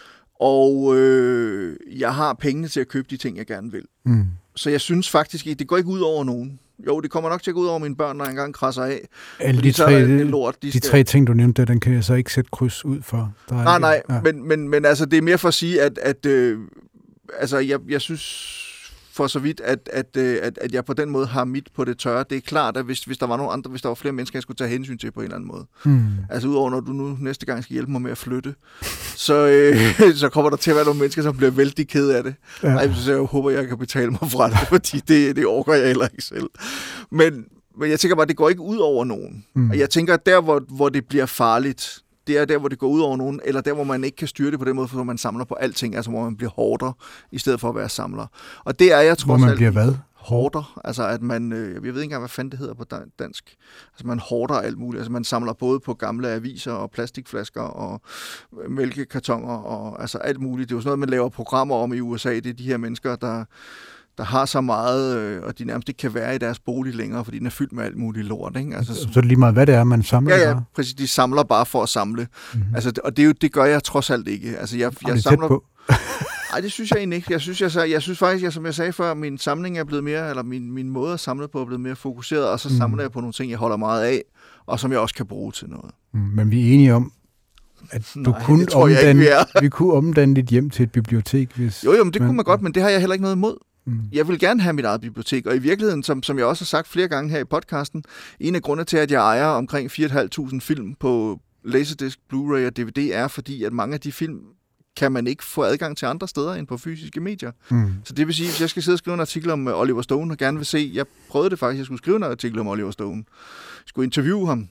og øh, jeg har pengene til at købe de ting, jeg gerne vil. Mm. Så jeg synes faktisk ikke, det går ikke ud over nogen. Jo, det kommer nok til at gå ud over mine børn, når jeg engang krasser af. Alle de, tre, lort, de, de skal... tre ting, du nævnte, den kan jeg så ikke sætte kryds ud for. Der nej, ikke... nej, ja. men, men, men altså, det er mere for at sige, at, at øh, altså, jeg, jeg synes... for så vidt, at, at, at, at jeg på den måde har mit på det tørre. Det er klart, at hvis, hvis der var nogle andre, hvis der var flere mennesker, jeg skulle tage hensyn til på en eller anden måde. Mm. Altså udover, når du nu næste gang skal hjælpe mig med at flytte, så, øh, så kommer der til at være nogle mennesker, som bliver vældig ked af det. Ja. Ej, så jeg håber, jeg kan betale mig fra det, fordi det, det orker jeg heller ikke selv. Men, men jeg tænker bare, det går ikke ud over nogen. Mm. Og jeg tænker, at der, hvor, hvor det bliver farligt, det er der, hvor det går ud over nogen, eller der, hvor man ikke kan styre det på den måde, for man samler på alting, altså hvor man bliver hårdere, i stedet for at være samler. Og det er jeg trods alt... Hvor man bliver hvad? Hårder, altså at man, øh, jeg ved ikke engang, hvad fanden det hedder på dansk, altså man hårder alt muligt, altså man samler både på gamle aviser og plastikflasker og mælkekartoner og altså alt muligt. Det er jo sådan noget, man laver programmer om i U S A, det er de her mennesker, der der har så meget, øh, og de nærmest ikke kan være i deres bolig længere, fordi den er fyldt med alt muligt lort. Ikke? Altså, så, så er det lige meget, hvad det er, man samler? Ja, ja, præcis. De samler bare for at samle. Mm-hmm. Altså, og det, er jo, det gør jeg trods alt ikke. Altså, jeg, jeg det samler... på. Nej, det synes jeg egentlig ikke. Jeg synes, jeg, jeg synes faktisk, jeg, som jeg sagde før, min samling er blevet mere, eller min, min måde at samle på er blevet mere fokuseret, og så mm. samler jeg på nogle ting, jeg holder meget af, og som jeg også kan bruge til noget. Mm, men vi er enige om, at du Nej, kunne omdanne, ikke, vi, vi kunne omdanne dit hjem til et bibliotek. Hvis jo, jo, men det man, kunne man godt, men det har jeg heller ikke noget imod. Mm. Jeg vil gerne have mit eget bibliotek, og i virkeligheden, som, som jeg også har sagt flere gange her i podcasten, en af grundene til, at jeg ejer omkring fire tusind fem hundrede film på Laserdisc, Blu-ray og D V D, er fordi, at mange af de film kan man ikke få adgang til andre steder end på fysiske medier. Mm. Så det vil sige, hvis jeg skal sidde og skrive en artikel om Oliver Stone, og gerne vil se, jeg prøvede det faktisk, jeg skulle skrive en artikel om Oliver Stone, jeg skulle interviewe ham,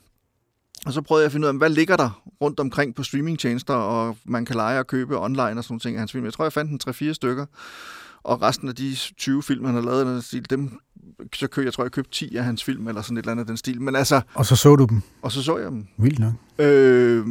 og så prøvede jeg at finde ud af, hvad ligger der rundt omkring på streamingtjenester, og man kan lege og købe online og sådan nogle ting af hans film. Jeg tror, jeg fandt en tre fire stykker, og resten af de tyve film, han har lavet den stil, dem, så køb, jeg tror, jeg købte ti af hans film, eller sådan et eller andet den stil. Men altså, og så så du dem? Og så så jeg dem. Vildt nok. Øh,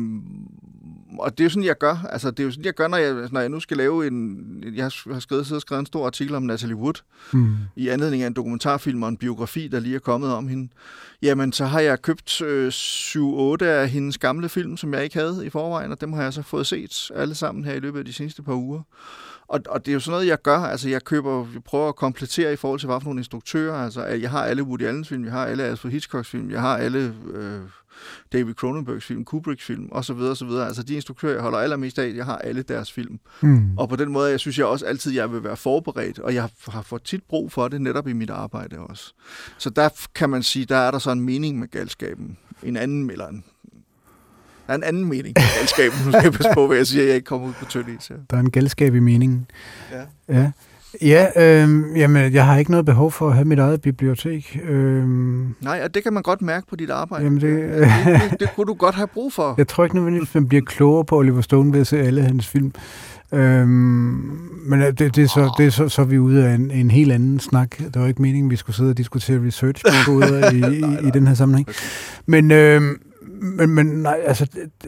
og det er jo sådan, jeg gør. Altså, det er jo sådan, jeg gør, når jeg, når jeg nu skal lave en... Jeg har skrevet, siddet og skrevet en stor artikel om Natalie Wood, mm. i anledning af en dokumentarfilm og en biografi, der lige er kommet om hende. Jamen, så har jeg købt øh, syv otte af hendes gamle film, som jeg ikke havde i forvejen, og dem har jeg så fået set alle sammen her i løbet af de seneste par uger. Og, og det er jo sådan noget, jeg gør. Altså, jeg køber, jeg prøver at komplettere i forhold til, hvad for nogle instruktører. Altså, jeg har alle Woody Allens film, jeg har alle Alfred Hitchcocks film, jeg har alle øh, David Cronenbergs film, Kubricks film, osv. osv. Altså, de instruktører, jeg holder allermest af, jeg har alle deres film. Mm. Og på den måde, jeg synes jeg også altid, jeg vil være forberedt, og jeg har fået tit brug for det netop i mit arbejde også. Så der kan man sige, der er der så en mening med galskaben. En anden, eller en Der er en anden mening med galskaben. Nu skal jeg passe på, hvad jeg siger, at jeg ikke kommer ud på tynd is. Der er en galskab i meningen. Ja. Ja, ja øh, jamen, jeg har ikke noget behov for at have mit eget bibliotek. Øh, Nej, og det kan man godt mærke på dit arbejde. Jamen det, det, det, det kunne du godt have brug for. Jeg tror ikke nødvendigvis, man bliver klogere på Oliver Stone ved at se alle hans film. Øhm, men det, det, er så, det er så, så er vi ude af en, en helt anden snak. Det var ikke meningen, vi skulle sidde og diskutere research-metoder i, i, i den her sammenhæng. Men... Øh, Men, men nej, altså...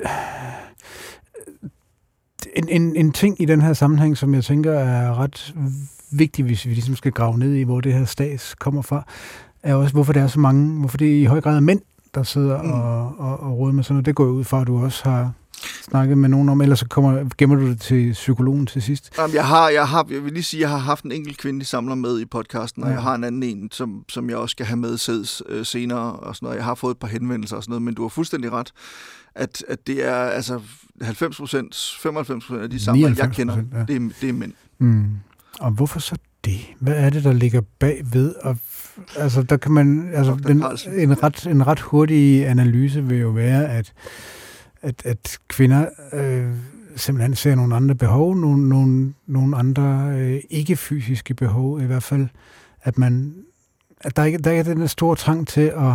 En, en, en ting i den her sammenhæng, som jeg tænker er ret vigtig, hvis vi ligesom skal grave ned i, hvor det her stats kommer fra, er også, hvorfor det er så mange, hvorfor det i høj grad er mænd, der sidder mm. og, og, og råder med sådan noget. Det går jo ud fra, at du også har snakket med nogen om, ellers så kommer, gemmer du det til psykologen til sidst? Jamen, jeg har, jeg har, jeg vil lige sige, jeg har haft en enkelt kvindelig samler med i podcasten, og ja. Jeg har en anden en, som, som jeg også skal have med sæds øh, senere, og sådan noget. Jeg har fået et par henvendelser og sådan noget, men du har fuldstændig ret, at, at det er altså halvfems procent, femoghalvfems procent af de samler, jeg kender, ja. det, er, det er mænd. Mm. Og hvorfor så det? Hvad er det, der ligger bagved? Og, altså, der kan man, altså, den, en, ret, en ret hurtig analyse vil jo være, at, at, at kvinder øh, simpelthen ser nogle andre behov, nogle, nogle, nogle andre øh, ikke-fysiske behov, i hvert fald, at man, at der, der er den store trang til at,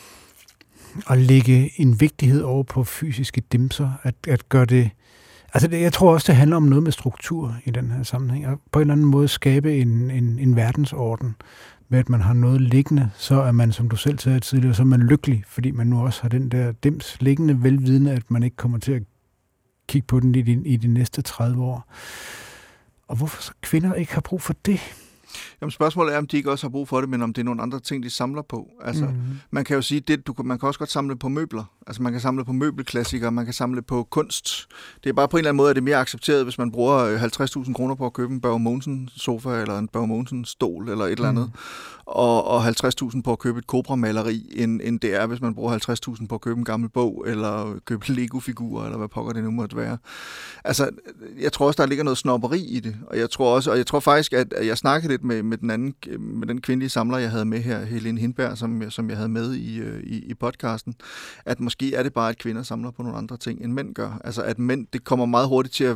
at lægge en vigtighed over på fysiske dimser, at, at gøre det. Altså, det, jeg tror også, det handler om noget med struktur i den her sammenhæng, og på en eller anden måde skabe en, en, en verdensorden, med at man har noget liggende, så er man, som du selv sagde tidligere, så er man lykkelig, fordi man nu også har den der dims liggende, velvidende, at man ikke kommer til at kigge på den i de, i de næste tredive år. Og hvorfor så kvinder ikke har brug for det? Jamen, spørgsmålet er, om de ikke også har brug for det, men om det er nogle andre ting, de samler på. Altså, mm. man kan jo sige, det, du, man kan også godt samle på møbler. Altså, man kan samle på møbelklassikere, man kan samle på kunst. Det er bare på en eller anden måde, at det er mere accepteret, hvis man bruger halvtreds tusind kroner på at købe en Børge Mogensen sofa, eller en Børge Mogensen stol, eller et eller andet, mm. og, og halvtreds tusind på at købe et Cobra-maleri, end, end det er, hvis man bruger halvtreds tusind på at købe en gammel bog, eller købe Lego-figurer, eller hvad pokker det nu måtte være. Altså, jeg tror også, der ligger noget snobberi i det, og jeg tror også, og jeg tror faktisk, at jeg snakkede lidt med, med den anden, med den kvindelige samler, jeg havde med her, Helene Hindberg, som, som jeg havde med i, i, i podcasten, at måske er det bare, at kvinder samler på nogle andre ting, end mænd gør. Altså, at mænd, det kommer meget hurtigt til at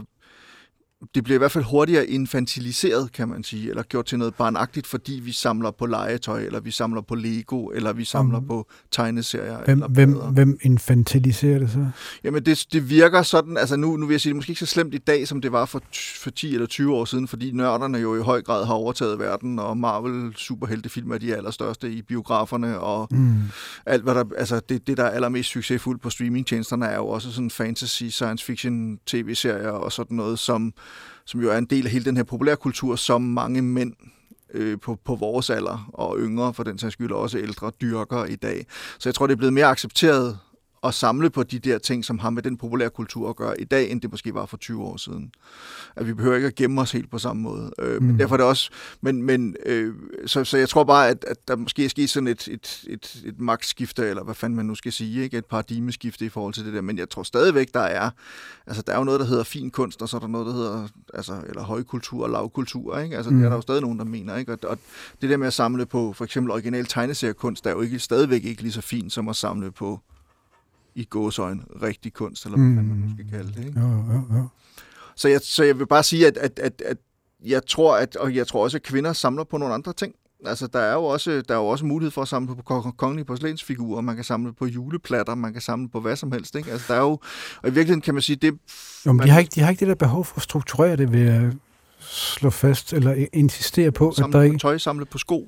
det bliver i hvert fald hurtigere infantiliseret, kan man sige, eller gjort til noget barnagtigt, fordi vi samler på legetøj, eller vi samler på Lego, eller vi samler um, på tegneserier. Hvem, eller hvem, hvem infantiliserer det så? Jamen, det, det virker sådan, altså nu, nu vil jeg sige, det er måske ikke så slemt i dag, som det var for, for ti eller tyve år siden, fordi nørderne jo i høj grad har overtaget verden, og Marvel-superheltefilm er de allerstørste i biograferne, og mm. alt, hvad der, altså det, det, der er allermest succesfuldt på streamingtjenesterne, er jo også sådan fantasy, science fiction, tv-serier og sådan noget, som som jo er en del af hele den her populærkultur, som mange mænd øh, på, på vores alder, og yngre for den sags skyld, også ældre, dyrker i dag. Så jeg tror, det er blevet mere accepteret at samle på de der ting, som har med den populærkultur at gøre i dag, end det måske var for tyve år siden. At vi behøver ikke at gemme os helt på samme måde. Øh, mm. Men derfor er det også... Men, men, øh, så, så jeg tror bare, at, at der måske er sket sådan et, et, et, et magtskifte, eller hvad fanden man nu skal sige, ikke? Et paradigmeskifte i forhold til det der. Men jeg tror stadigvæk, der er... Altså, der er jo noget, der hedder fin kunst, og så er der noget, der hedder... Altså, eller højkultur og lavkultur, ikke? Altså, mm. det er der jo stadig nogen, der mener, ikke? Og, og det der med at samle på for eksempel original tegneseriekunst, der er jo ikke, stadigvæk ikke lige så fint, som at samle på i gåseøjne rigtig kunst, eller hvad mm. man nu skal kalde det. Ikke? Jo, jo, jo. Så, jeg, så jeg vil bare sige, at, at, at, at jeg tror, at, og jeg tror også, at kvinder samler på nogle andre ting. Altså, der er jo også, der er jo også mulighed for at samle på kongelige porcelænsfigurer, man kan samle på juleplatter, man kan samle på hvad som helst. Ikke? Altså, der er jo, og i virkeligheden kan man sige, det... Jo, men man, de, har ikke, de har ikke det der behov for at strukturere det ved at slå fast, eller insistere på, samle at der på ikke... tøj, samle på sko.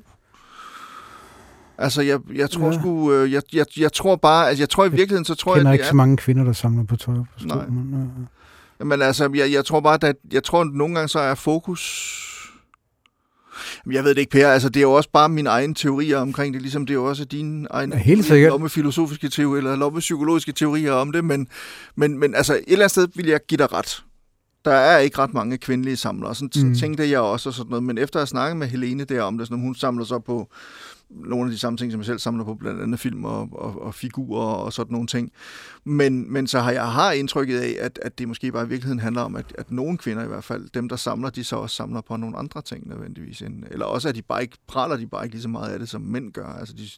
Altså, jeg, jeg tror ja. sgu, øh, jeg, jeg, jeg tror bare, altså, jeg tror i virkeligheden, så tror jeg, jeg... Jeg kender ikke så mange kvinder, der samler på tøj på sko. Nej. Men, ja. Men altså, jeg, jeg tror bare, at jeg tror, at nogle gange så er fokus... Jeg ved det ikke, Per, altså det er jo også bare mine egne teorier omkring det, ligesom det er jo også dine egne ja, lommefilosofiske teorier, eller lommepsykologiske teorier om det, men, men, men altså et eller andet sted vil jeg give dig ret. Der er ikke ret mange kvindelige samlere, sådan mm. tænkte jeg også og sådan noget, men efter at have snakket med Helene der om det, sådan, hun samler så på nogle af de samme ting, som jeg selv samler på, blandt andet film og, og, og figurer og sådan nogle ting. Men, men så har jeg har indtrykket af, at, at det måske bare i virkeligheden handler om, at, at nogle kvinder i hvert fald, dem der samler, de så også samler på nogle andre ting nødvendigvis. End, eller også at de bare ikke, praler de bare ikke lige så meget af det, som mænd gør. Altså de,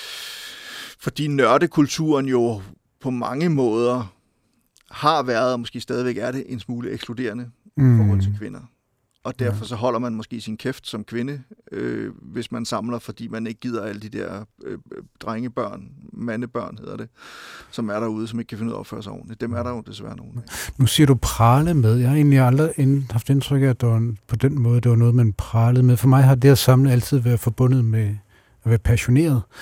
fordi nørdekulturen jo på mange måder har været, og måske stadigvæk er det, en smule ekskluderende mm. i forhold til kvinder. Og derfor så holder man måske sin kæft som kvinde, øh, hvis man samler, fordi man ikke gider alle de der øh, drengebørn, mandebørn hedder det, som er derude, som ikke kan finde ud af at opføre sig ordentligt. Dem er der jo desværre nogen af. Nu siger du prale med. Jeg har egentlig aldrig haft indtryk af, at det var på den måde, det var noget, man pralede med. For mig har det at samle altid været forbundet med at være passioneret.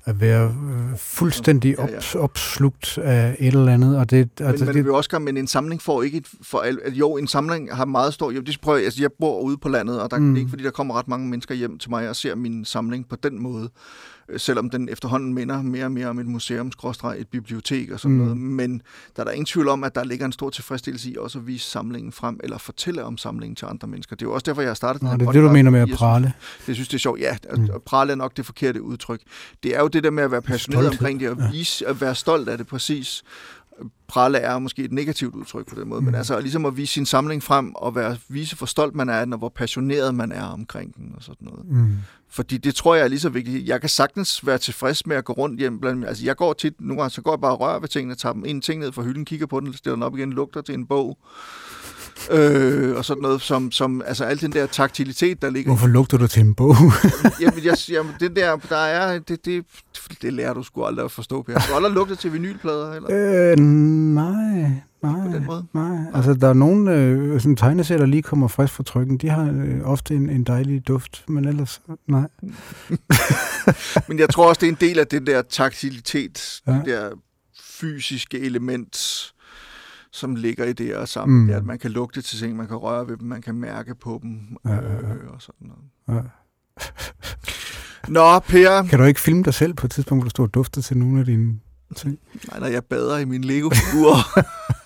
at være øh, fuldstændig op, ja, ja. opslugt af et eller andet. Og det, men, altså, men, det, men Oscar, men en samling får ikke et, for al, jo, en samling har meget stor, jo, det prøver jeg, altså jeg bor ude på landet, og der, mm. det er ikke fordi, der kommer ret mange mennesker hjem til mig og ser min samling på den måde, selvom den efterhånden minder mere og mere om et museum, et bibliotek og sådan mm. noget, men der er der ingen tvivl om, at der ligger en stor tilfredsstillelse i også at vise samlingen frem, eller fortælle om samlingen til andre mennesker. Det er jo også derfor, jeg har startet Nå, den det er det, du mener med at prale? Synes, jeg synes, det er sjovt. Ja, mm. prale er nok det forkerte udtryk. Det er jo det der med at være passioneret omkring det, og vise, at være stolt af det præcis. Prale er måske et negativt udtryk på den måde, mm. men altså ligesom at vise sin samling frem, og være, vise, hvor stolt man er af den, og hvor passioneret man er omkring den, og sådan noget. Mm. Fordi det tror jeg er lige så vigtigt. Jeg kan sagtens være tilfreds med at gå rundt hjem blandt, altså jeg går tit, nogle gange så går jeg bare og rører ved tingene, tager dem en ting ned fra hylden, kigger på den, stiller den op igen, lugter til en bog, øh, og sådan noget, som, som, altså al den der taktilitet, der ligger. Hvorfor lugter du til en bog? jamen, jeg, jamen, det der, der er, det, det, det lærer du sgu aldrig at forstå, Per. Du har aldrig lugtet til vinylplader, eller? Øh, nej, nej, på den måde? nej. Altså, der er nogle øh, sådan tegneserier, der lige kommer frisk fra trykken. De har øh, ofte en, en dejlig duft, men ellers, nej. Men jeg tror også, det er en del af den der taktilitet, ja. Det der fysiske element, som ligger i det og sammen. Mm. Det er, at man kan lugte til ting, man kan røre ved dem, man kan mærke på dem, ja, ja, ja. Øh, og sådan noget. Ja. Nå, Per. Kan du ikke filme dig selv på et tidspunkt, hvor du står og dufter til nogle af dine ting? Nej, når jeg bader i mine Lego-figurer.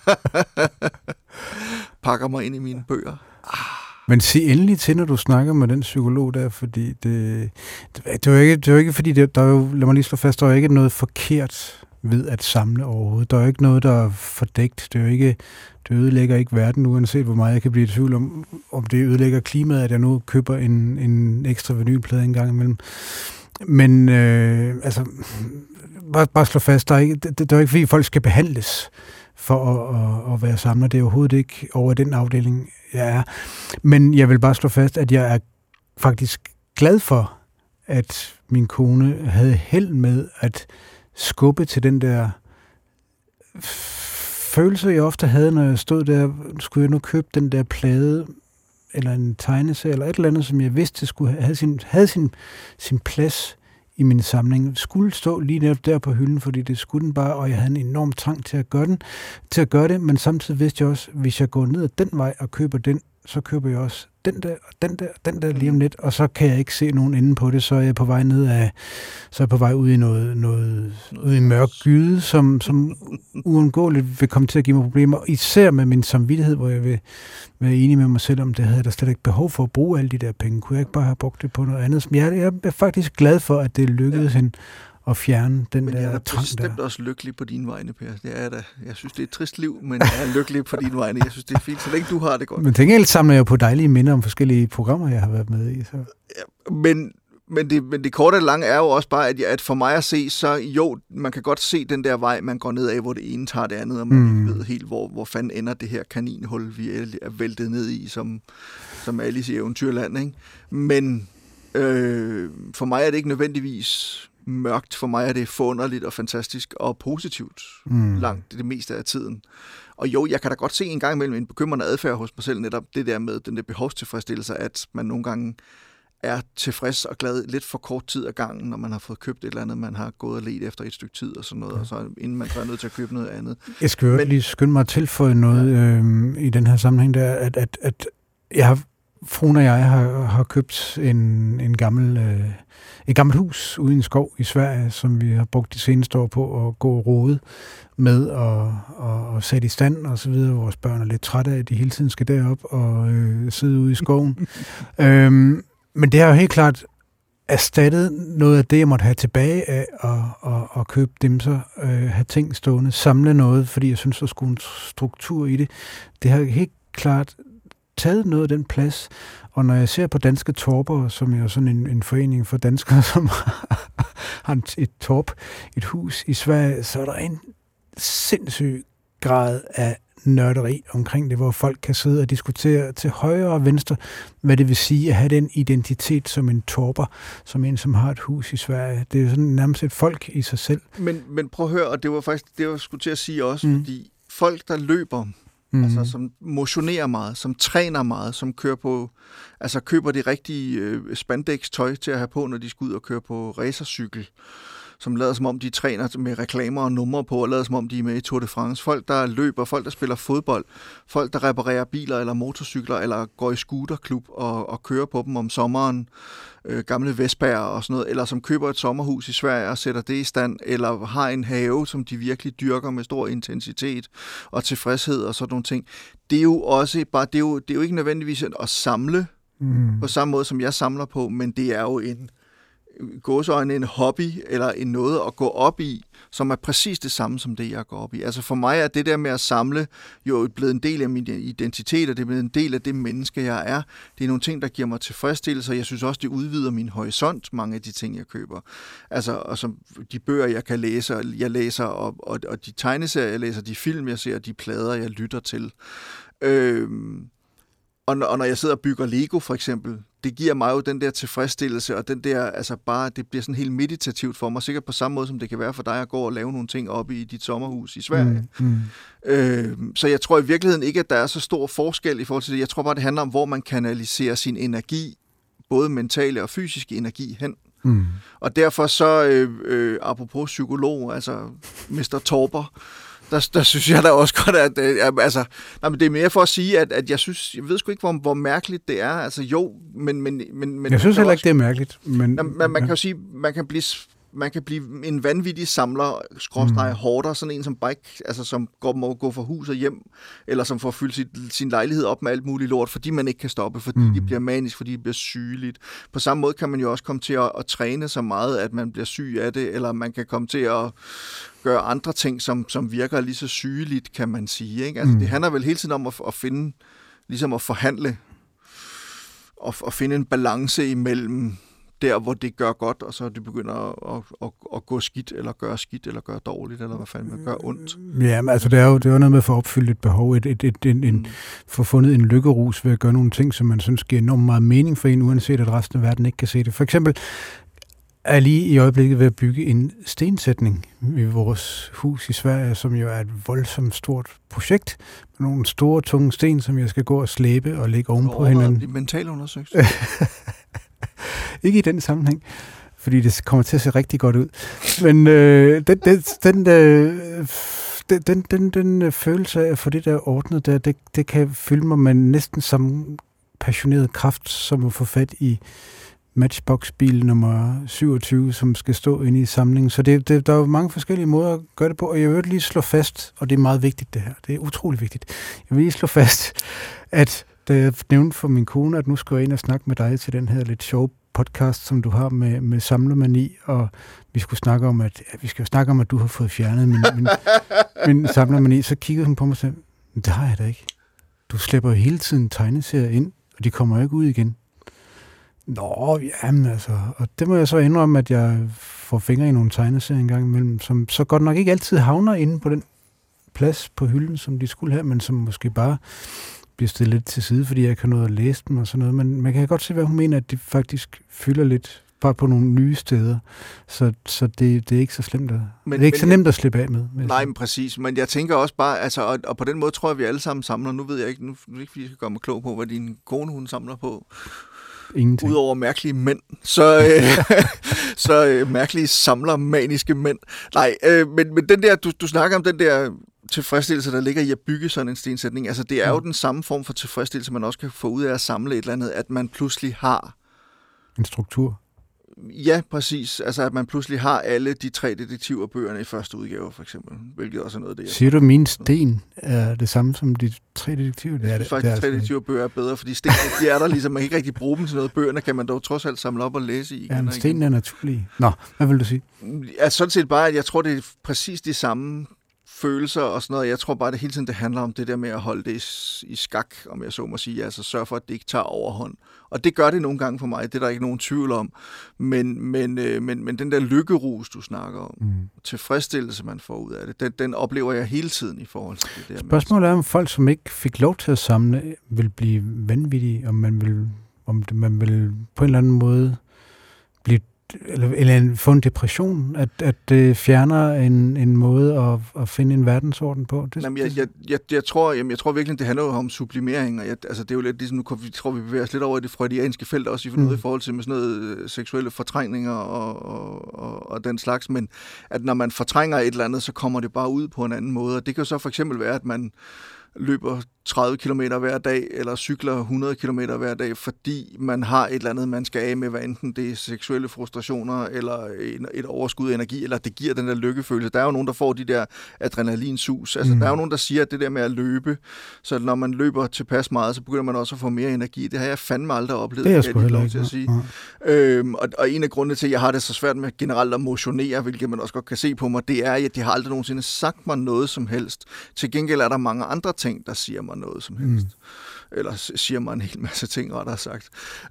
Pakker mig ind i mine bøger. Men sig endelig til, når du snakker med den psykolog der, fordi det, det, det, er, jo ikke, det er jo ikke, fordi det, der er jo, lad mig lige slå fast, der er jo ikke noget forkert ved at samle overhovedet. Der er jo ikke noget, der er fordækt. Det er jo ikke, det ødelægger ikke verden, uanset hvor meget jeg kan blive i tvivl om, om det ødelægger klimaet, at jeg nu køber en, en ekstra vinylplade en gang imellem. Men øh, altså, bare, bare slå fast, der er ikke, det, det er jo ikke, fordi folk skal behandles for at, at, at være samler. Det er overhovedet ikke over den afdeling, jeg er. Men jeg vil bare slå fast, at jeg er faktisk glad for, at min kone havde held med at skubbe til den der følelse, jeg ofte havde, når jeg stod der, skulle jeg nu købe den der plade, eller en tegneserie, eller et eller andet, som jeg vidste skulle have sin, havde sin, sin plads i min samling, skulle stå lige netop der på hylden, fordi det skulle den bare, og jeg havde en enorm trang til at gøre den, til at gøre det, men samtidig vidste jeg også, hvis jeg går ned ad den vej og køber den, så køber jeg også den der, og den der, den der lige om lidt, og så kan jeg ikke se nogen ende på det, så er jeg på vej ned af, så er jeg på vej ud i noget, noget, ud i mørk gyde, som, som uundgåeligt vil komme til at give mig problemer, især med min samvittighed, hvor jeg vil være enig med mig selv om, det havde jeg da slet ikke behov for at bruge alle de der penge. Kunne jeg ikke bare have brugt det på noget andet? Jeg, jeg er faktisk glad for, at det lykkedes hende at fjerne den men der jeg er trang der. bestemt også lykkelig på dine vegne, Per. Det er da. Jeg synes, det er et trist liv, men jeg er lykkelig på dine vegne. Jeg synes, det er fint, så længe du har det godt. Men til gengæld samler jeg på dejlige minder om forskellige programmer, jeg har været med i. Så. Ja, men, men, det, men det korte og lange er jo også bare, at, at for mig at se, så jo, man kan godt se den der vej, man går ned af, hvor det ene tager det andet, og man mm. ikke ved helt, hvor, hvor fanden ender det her kaninhul, vi er væltet ned i, som, som Alice i Eventyrland, ikke? Men øh, for mig er det ikke nødvendigvis mørkt. For mig er det forunderligt og fantastisk og positivt mm. langt det meste af tiden. Og jo, jeg kan da godt se en gang imellem en bekymrende adfærd hos mig selv, netop det der med den der behovstilfredsstillelse, at man nogle gange er tilfreds og glad lidt for kort tid ad gangen, når man har fået købt et eller andet, man har gået og let efter et stykke tid og sådan noget, ja. Og så inden man er nødt til at købe noget andet. Jeg skal jo Men, lige skynde mig at tilføje noget ja. øh, i den her sammenhæng, der, at, at, at jeg har, fruen og jeg har, har købt en, en gammel, øh, et gammelt hus ude i en skov i Sverige, som vi har brugt de seneste år på at gå og rode med og, og, og sætte i stand og så videre. Vores børn er lidt trætte af, at de hele tiden skal derop og øh, sidde ude i skoven. øhm, men det har jo helt klart erstattet noget af det, jeg måtte have tilbage af at, at, at købe dem, så øh, have ting stående, samle noget, fordi jeg synes, der skulle en struktur i det. Det har helt klart taget noget af den plads, og når jeg ser på Danske Torpere, som er sådan en, en forening for danskere, som har et torp, et hus i Sverige, så er der en sindssyg grad af nørderi omkring det, hvor folk kan sidde og diskutere til højre og venstre, hvad det vil sige at have den identitet som en torper, som en, som har et hus i Sverige. Det er sådan nærmest et folk i sig selv. Men, men prøv at høre, og det var faktisk det, jeg skulle til at sige også, mm. fordi folk, der løber, mm. altså som motionerer meget, som træner meget, som kører på, altså køber det rigtige øh, spandekstøj til at have på, når de skal ud og køre på racercykel, som lader som om de træner med reklamer og numre på, og lader som om de er med i Tour de France. Folk, der løber, folk, der spiller fodbold, folk, der reparerer biler eller motorcykler, eller går i scooterklub og, og kører på dem om sommeren, øh, gamle Vespaer og sådan noget, eller som køber et sommerhus i Sverige og sætter det i stand, eller har en have, som de virkelig dyrker med stor intensitet og tilfredshed og sådan nogle ting. Det er jo også bare, det er jo, det er jo ikke nødvendigvis at samle mm. på samme måde, som jeg samler på, men det er jo en gåseøjne en hobby eller en noget at gå op i, som er præcis det samme som det, jeg går op i. Altså for mig er det der med at samle jo blevet en del af min identitet, og det er blevet en del af det menneske, jeg er. Det er nogle ting, der giver mig tilfredsstillelse, og jeg synes også, det udvider min horisont, mange af de ting, jeg køber. Altså, og som de bøger, jeg kan læse, jeg læser, og, og, og de tegneserier, jeg læser, de film, jeg ser, de plader, jeg lytter til. Øhm, og, og når jeg sidder og bygger Lego, for eksempel, det giver mig jo den der tilfredsstillelse, og den der, altså bare, det bliver sådan helt meditativt for mig, sikkert på samme måde, som det kan være for dig at gå og lave nogle ting oppe i dit sommerhus i Sverige. Mm, mm. Øh, så jeg tror i virkeligheden ikke, at der er så stor forskel i forhold til det. Jeg tror bare, det handler om, hvor man kanaliserer sin energi, både mentale og fysiske energi hen. Mm. Og derfor så, øh, øh, apropos psykolog, altså mister Torber, Der, der synes jeg da også godt, at, at altså, nej, men det er mere for at sige, at, at jeg synes, jeg ved sgu ikke, hvor, hvor mærkeligt det er. Altså jo, men... men, men, men jeg synes heller ikke, det er mærkeligt. Men, man, man, man kan jo sige, man kan blive... Man kan blive en vanvittig samler, skråstreg, mm. hårder, sådan en som bike, altså som går, må gå fra hus og hjem, eller som får fyldt sit, sin lejlighed op med alt muligt lort, fordi man ikke kan stoppe, fordi mm. de bliver manisk, fordi de bliver sygeligt. På samme måde kan man jo også komme til at, at træne så meget, at man bliver syg af det, eller man kan komme til at gøre andre ting, som, som virker lige så sygeligt, kan man sige. Ikke? Altså, mm. det handler vel hele tiden om at, at finde, ligesom at forhandle, og at finde en balance imellem der, hvor det gør godt, og så det begynder at, at, at, at gå skidt, eller gøre skidt, eller gøre dårligt, eller hvad fanden man gør ondt. Ja, men altså det er jo, det er jo noget med at få opfyldt et behov, et, et, et, en, en, få fundet en lykkerus ved at gøre nogle ting, som man synes giver enormt meget mening for en, uanset at resten af verden ikke kan se det. For eksempel er jeg lige i øjeblikket ved at bygge en stensætning i vores hus i Sverige, som jo er et voldsomt stort projekt, med nogle store, tunge sten, som jeg skal gå og slæbe og lægge ovenpå hinanden. Det er mentalundersøgelse. Ikke i den sammenhæng, fordi det kommer til at se rigtig godt ud. Men øh, den, den, den, øh, den, den, den, den følelse af at få det der ordnet der, det, det kan fylde mig med næsten samme passioneret kraft, som at få fat i Matchbox-bil nummer syvogtyve, som skal stå inde i samlingen. Så det, det, der er jo mange forskellige måder at gøre det på, og jeg vil lige slå fast, og det er meget vigtigt det her, det er utrolig vigtigt, jeg vil lige slå fast, at da jeg nævnte for min kone, at nu skal jeg ind og snakke med dig til den her lidt sjove podcast, som du har med, med samlermani, og vi skulle snakke om, at ja, vi skal snakke om, at du har fået fjernet min, min, min samlermani, så kiggede hun på mig og sagde, det har jeg da ikke. Du slipper jo hele tiden tegneserier ind, og de kommer jo ikke ud igen. Nå, jamen altså, og det må jeg så indrømme, at jeg får fingre i nogle tegneserier en gang imellem, som så godt nok ikke altid havner inde på den plads på hylden, som de skulle have, men som måske bare bliver stillet lidt til side, fordi jeg kan nå at læse dem og sådan noget, men man kan godt se, hvad hun mener, at de faktisk fylder lidt bare på nogle nye steder, så, så det, det er ikke så slemt at, men, det er ikke men, så nemt at slippe af med. med nej, men præcis, men jeg tænker også bare, altså, og, og på den måde tror jeg, vi alle sammen samler, nu ved jeg ikke, nu er det ikke, fordi jeg skal gøre mig klog på, hvad din kone, hun samler på, ingenting. Udover mærkelige mænd, så, øh, så øh, mærkelige samler, maniske mænd. Nej, øh, men, men den der, du, du snakker om den der tilfredsstillelse, der ligger i at bygge sådan en stensætning. Altså, det er jo den samme form for tilfredsstillelse, man også kan få ud af at samle et eller andet, at man pludselig har en struktur. Ja, præcis. Altså, at man pludselig har alle de tre detektiverbøgerne i første udgave, for eksempel. Hvilket også er noget af det, jeg siger du, min sten er det samme som de tre detektiver? Det er det. Faktisk, de tre detektiverbøger er bedre, fordi sten, de er der ligesom, man kan ikke rigtig bruge dem til noget. Bøgerne kan man dog trods alt samle op og læse i. Ja, men stenen er naturlig. Nå, hvad vil du sige? Ja, sådan set bare, at jeg tror, det er præcis de samme følelser og sådan noget. Jeg tror bare, det hele tiden det handler om det der med at holde det i skak, om jeg så må sige. Altså sørge for, at det ikke tager overhånd. Og det gør det nogle gange for mig. Det er der ikke nogen tvivl om. Men, men, øh, men, men den der lykkerus, du snakker om, mm. tilfredsstillelse, man får ud af det, den, den oplever jeg hele tiden i forhold til det der. Spørgsmålet er, om folk, som ikke fik lov til at samle, vil blive vanvittige, om man vil, om det, man vil på en eller anden måde blive eller, eller en, få en depression, at, at det fjerner en, en måde at, at finde en verdensorden på? Det, jamen, jeg, jeg, jeg, jeg, tror, jamen, jeg tror virkelig, det handler jo om sublimering, og jeg, altså, det er jo lidt ligesom, nu vi tror, vi bevæger os lidt over i det freudianske felt, også i, mm. i forhold til med sådan noget seksuelle fortrængninger og, og, og, og den slags, men at når man fortrænger et eller andet, så kommer det bare ud på en anden måde, og det kan jo så for eksempel være, at man løber tredive kilometer hver dag, eller cykler hundrede kilometer hver dag, fordi man har et eller andet, man skal af med, hvad enten det er seksuelle frustrationer, eller et overskud af energi, eller det giver den der lykkefølelse. Der er jo nogen, der får de der adrenalinsus. Altså, mm. der er jo nogen, der siger, at det der med at løbe, så når man løber tilpas meget, så begynder man også at få mere energi. Det har jeg fandme aldrig oplevet, det er jeg sgu heller ikke til at sige. Ja. Øhm, og, og en af grundene til, at jeg har det så svært med generelt at motionere, hvilket man også godt kan se på mig, det er, at de har aldrig nogensinde sagt mig noget som helst. Til gengæld er der mange andre ting, der siger mig noget som helst. Mm. Eller siger mig en hel masse ting, rettere sagt.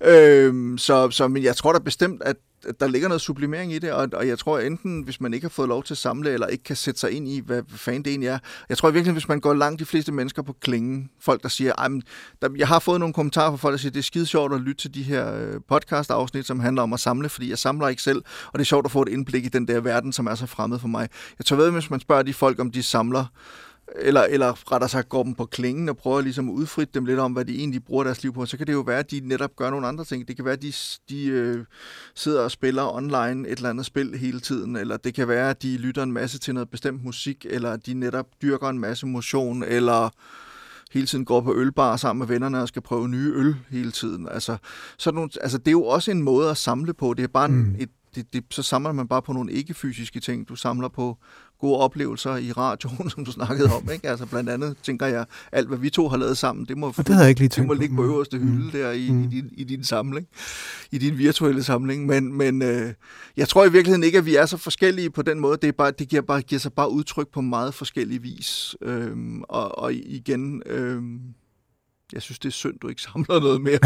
Øhm, så, så men jeg tror da bestemt, at der ligger noget sublimering i det, og, og jeg tror enten, hvis man ikke har fået lov til at samle, eller ikke kan sætte sig ind i, hvad fanden det egentlig er. Jeg tror virkelig, hvis man går langt de fleste mennesker på klingen, folk der siger, der, jeg har fået nogle kommentarer fra folk, der siger, det er skide sjovt at lytte til de her podcast-afsnit, som handler om at samle, fordi jeg samler ikke selv, og det er sjovt at få et indblik i den der verden, som er så fremmed for mig. Jeg tror ved, hvis man spørger de folk, om de samler, Eller, eller rettere sagt går dem på klingen og prøver ligesom at udfritte dem lidt om, hvad de egentlig bruger deres liv på, så kan det jo være, at de netop gør nogle andre ting. Det kan være, at de, de øh, sidder og spiller online et eller andet spil hele tiden, eller det kan være, at de lytter en masse til noget bestemt musik, eller de netop dyrker en masse motion, eller hele tiden går på ølbar sammen med vennerne og skal prøve nye øl hele tiden. Altså, sådan nogle, altså det er jo også en måde at samle på. Det er bare mm. et Det, det, så samler man bare på nogle ikke-fysiske ting. Du samler på gode oplevelser i radioen, som du snakkede om. Ikke? Altså blandt andet tænker jeg, alt hvad vi to har lavet sammen, det må, det havde jeg ikke lige det må på. ligge på øverste hylde mm. der i, mm. i, din, i din samling, i din virtuelle samling. Men, men øh, jeg tror i virkeligheden ikke, at vi er så forskellige på den måde. Det, er bare, det giver, bare, giver sig bare udtryk på meget forskellige vis. Øhm, og, og igen, øhm, jeg synes, det er synd, du ikke samler noget mere.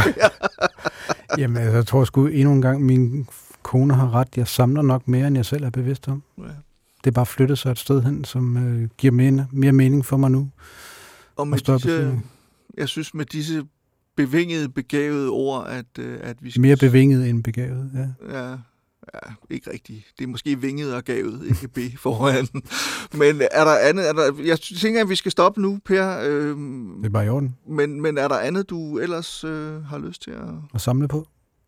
Jamen, altså, jeg tror sgu endnu en gang, min kone har ret. Jeg samler nok mere, end jeg selv er bevidst om. Ja. Det er bare flyttet sig et sted hen, som øh, giver mere, mere mening for mig nu. Og med og disse, jeg synes med disse bevingede, begavede ord, at, øh, at vi skal... Mere bevinget end begavet, ja. Ja, ja, ikke rigtigt. Det er måske vinget og gavet, ikke B foran. Men er der andet... Er der, jeg tænker, at vi skal stoppe nu, Per. Øh, det er bare i orden. Men, men er der andet, du ellers øh, har lyst til at... At samle på?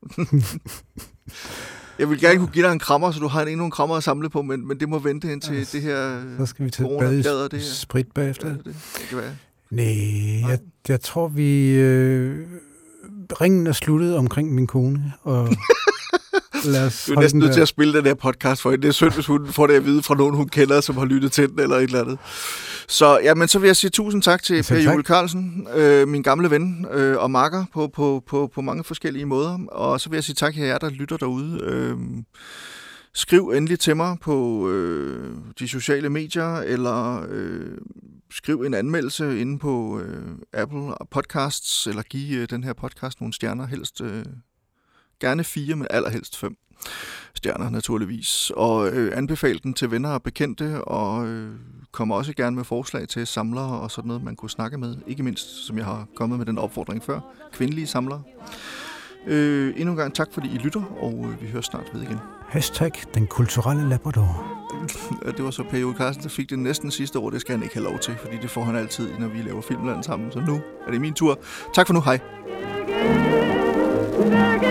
Jeg vil gerne kunne give dig en krammer, så du har endnu en krammer at samle på, men, men det må vente ind til ja, det her... Så skal vi til bad i sprit bagefter. Ja, det, det kan være. Nej, jeg, jeg tror, vi... Øh, ringen er sluttet omkring min kone, og... Lad os du er næsten nødt til at spille den her podcast for hende. Det er synd, hvis hun får det at vide fra nogen, hun kender, som har lyttet til den eller et eller andet. Så, ja, men så vil jeg sige tusind tak til Per Juul Carlsen, øh, min gamle ven øh, og makker på, på, på, på mange forskellige måder. Og så vil jeg sige tak til jer, der lytter derude. Øh, skriv endelig til mig på øh, de sociale medier, eller øh, skriv en anmeldelse inde på øh, Apple Podcasts, eller giv øh, den her podcast nogle stjerner, helst øh, gerne fire, men allerhelst fem stjerner naturligvis. Og øh, anbefale den til venner og bekendte, og øh, kommer også gerne med forslag til samlere og sådan noget, man kunne snakke med. Ikke mindst, som jeg har kommet med den opfordring før, kvindelige samlere. Øh, endnu en gang tak, fordi I lytter, og øh, vi hører snart ved igen. Hashtag den kulturelle labrador. Det var så Per Juul Carlsen, der fik det næsten sidste år. Det skal han ikke have lov til, fordi det får han altid, når vi laver Filmland sammen. Så nu er det min tur. Tak for nu. Hej.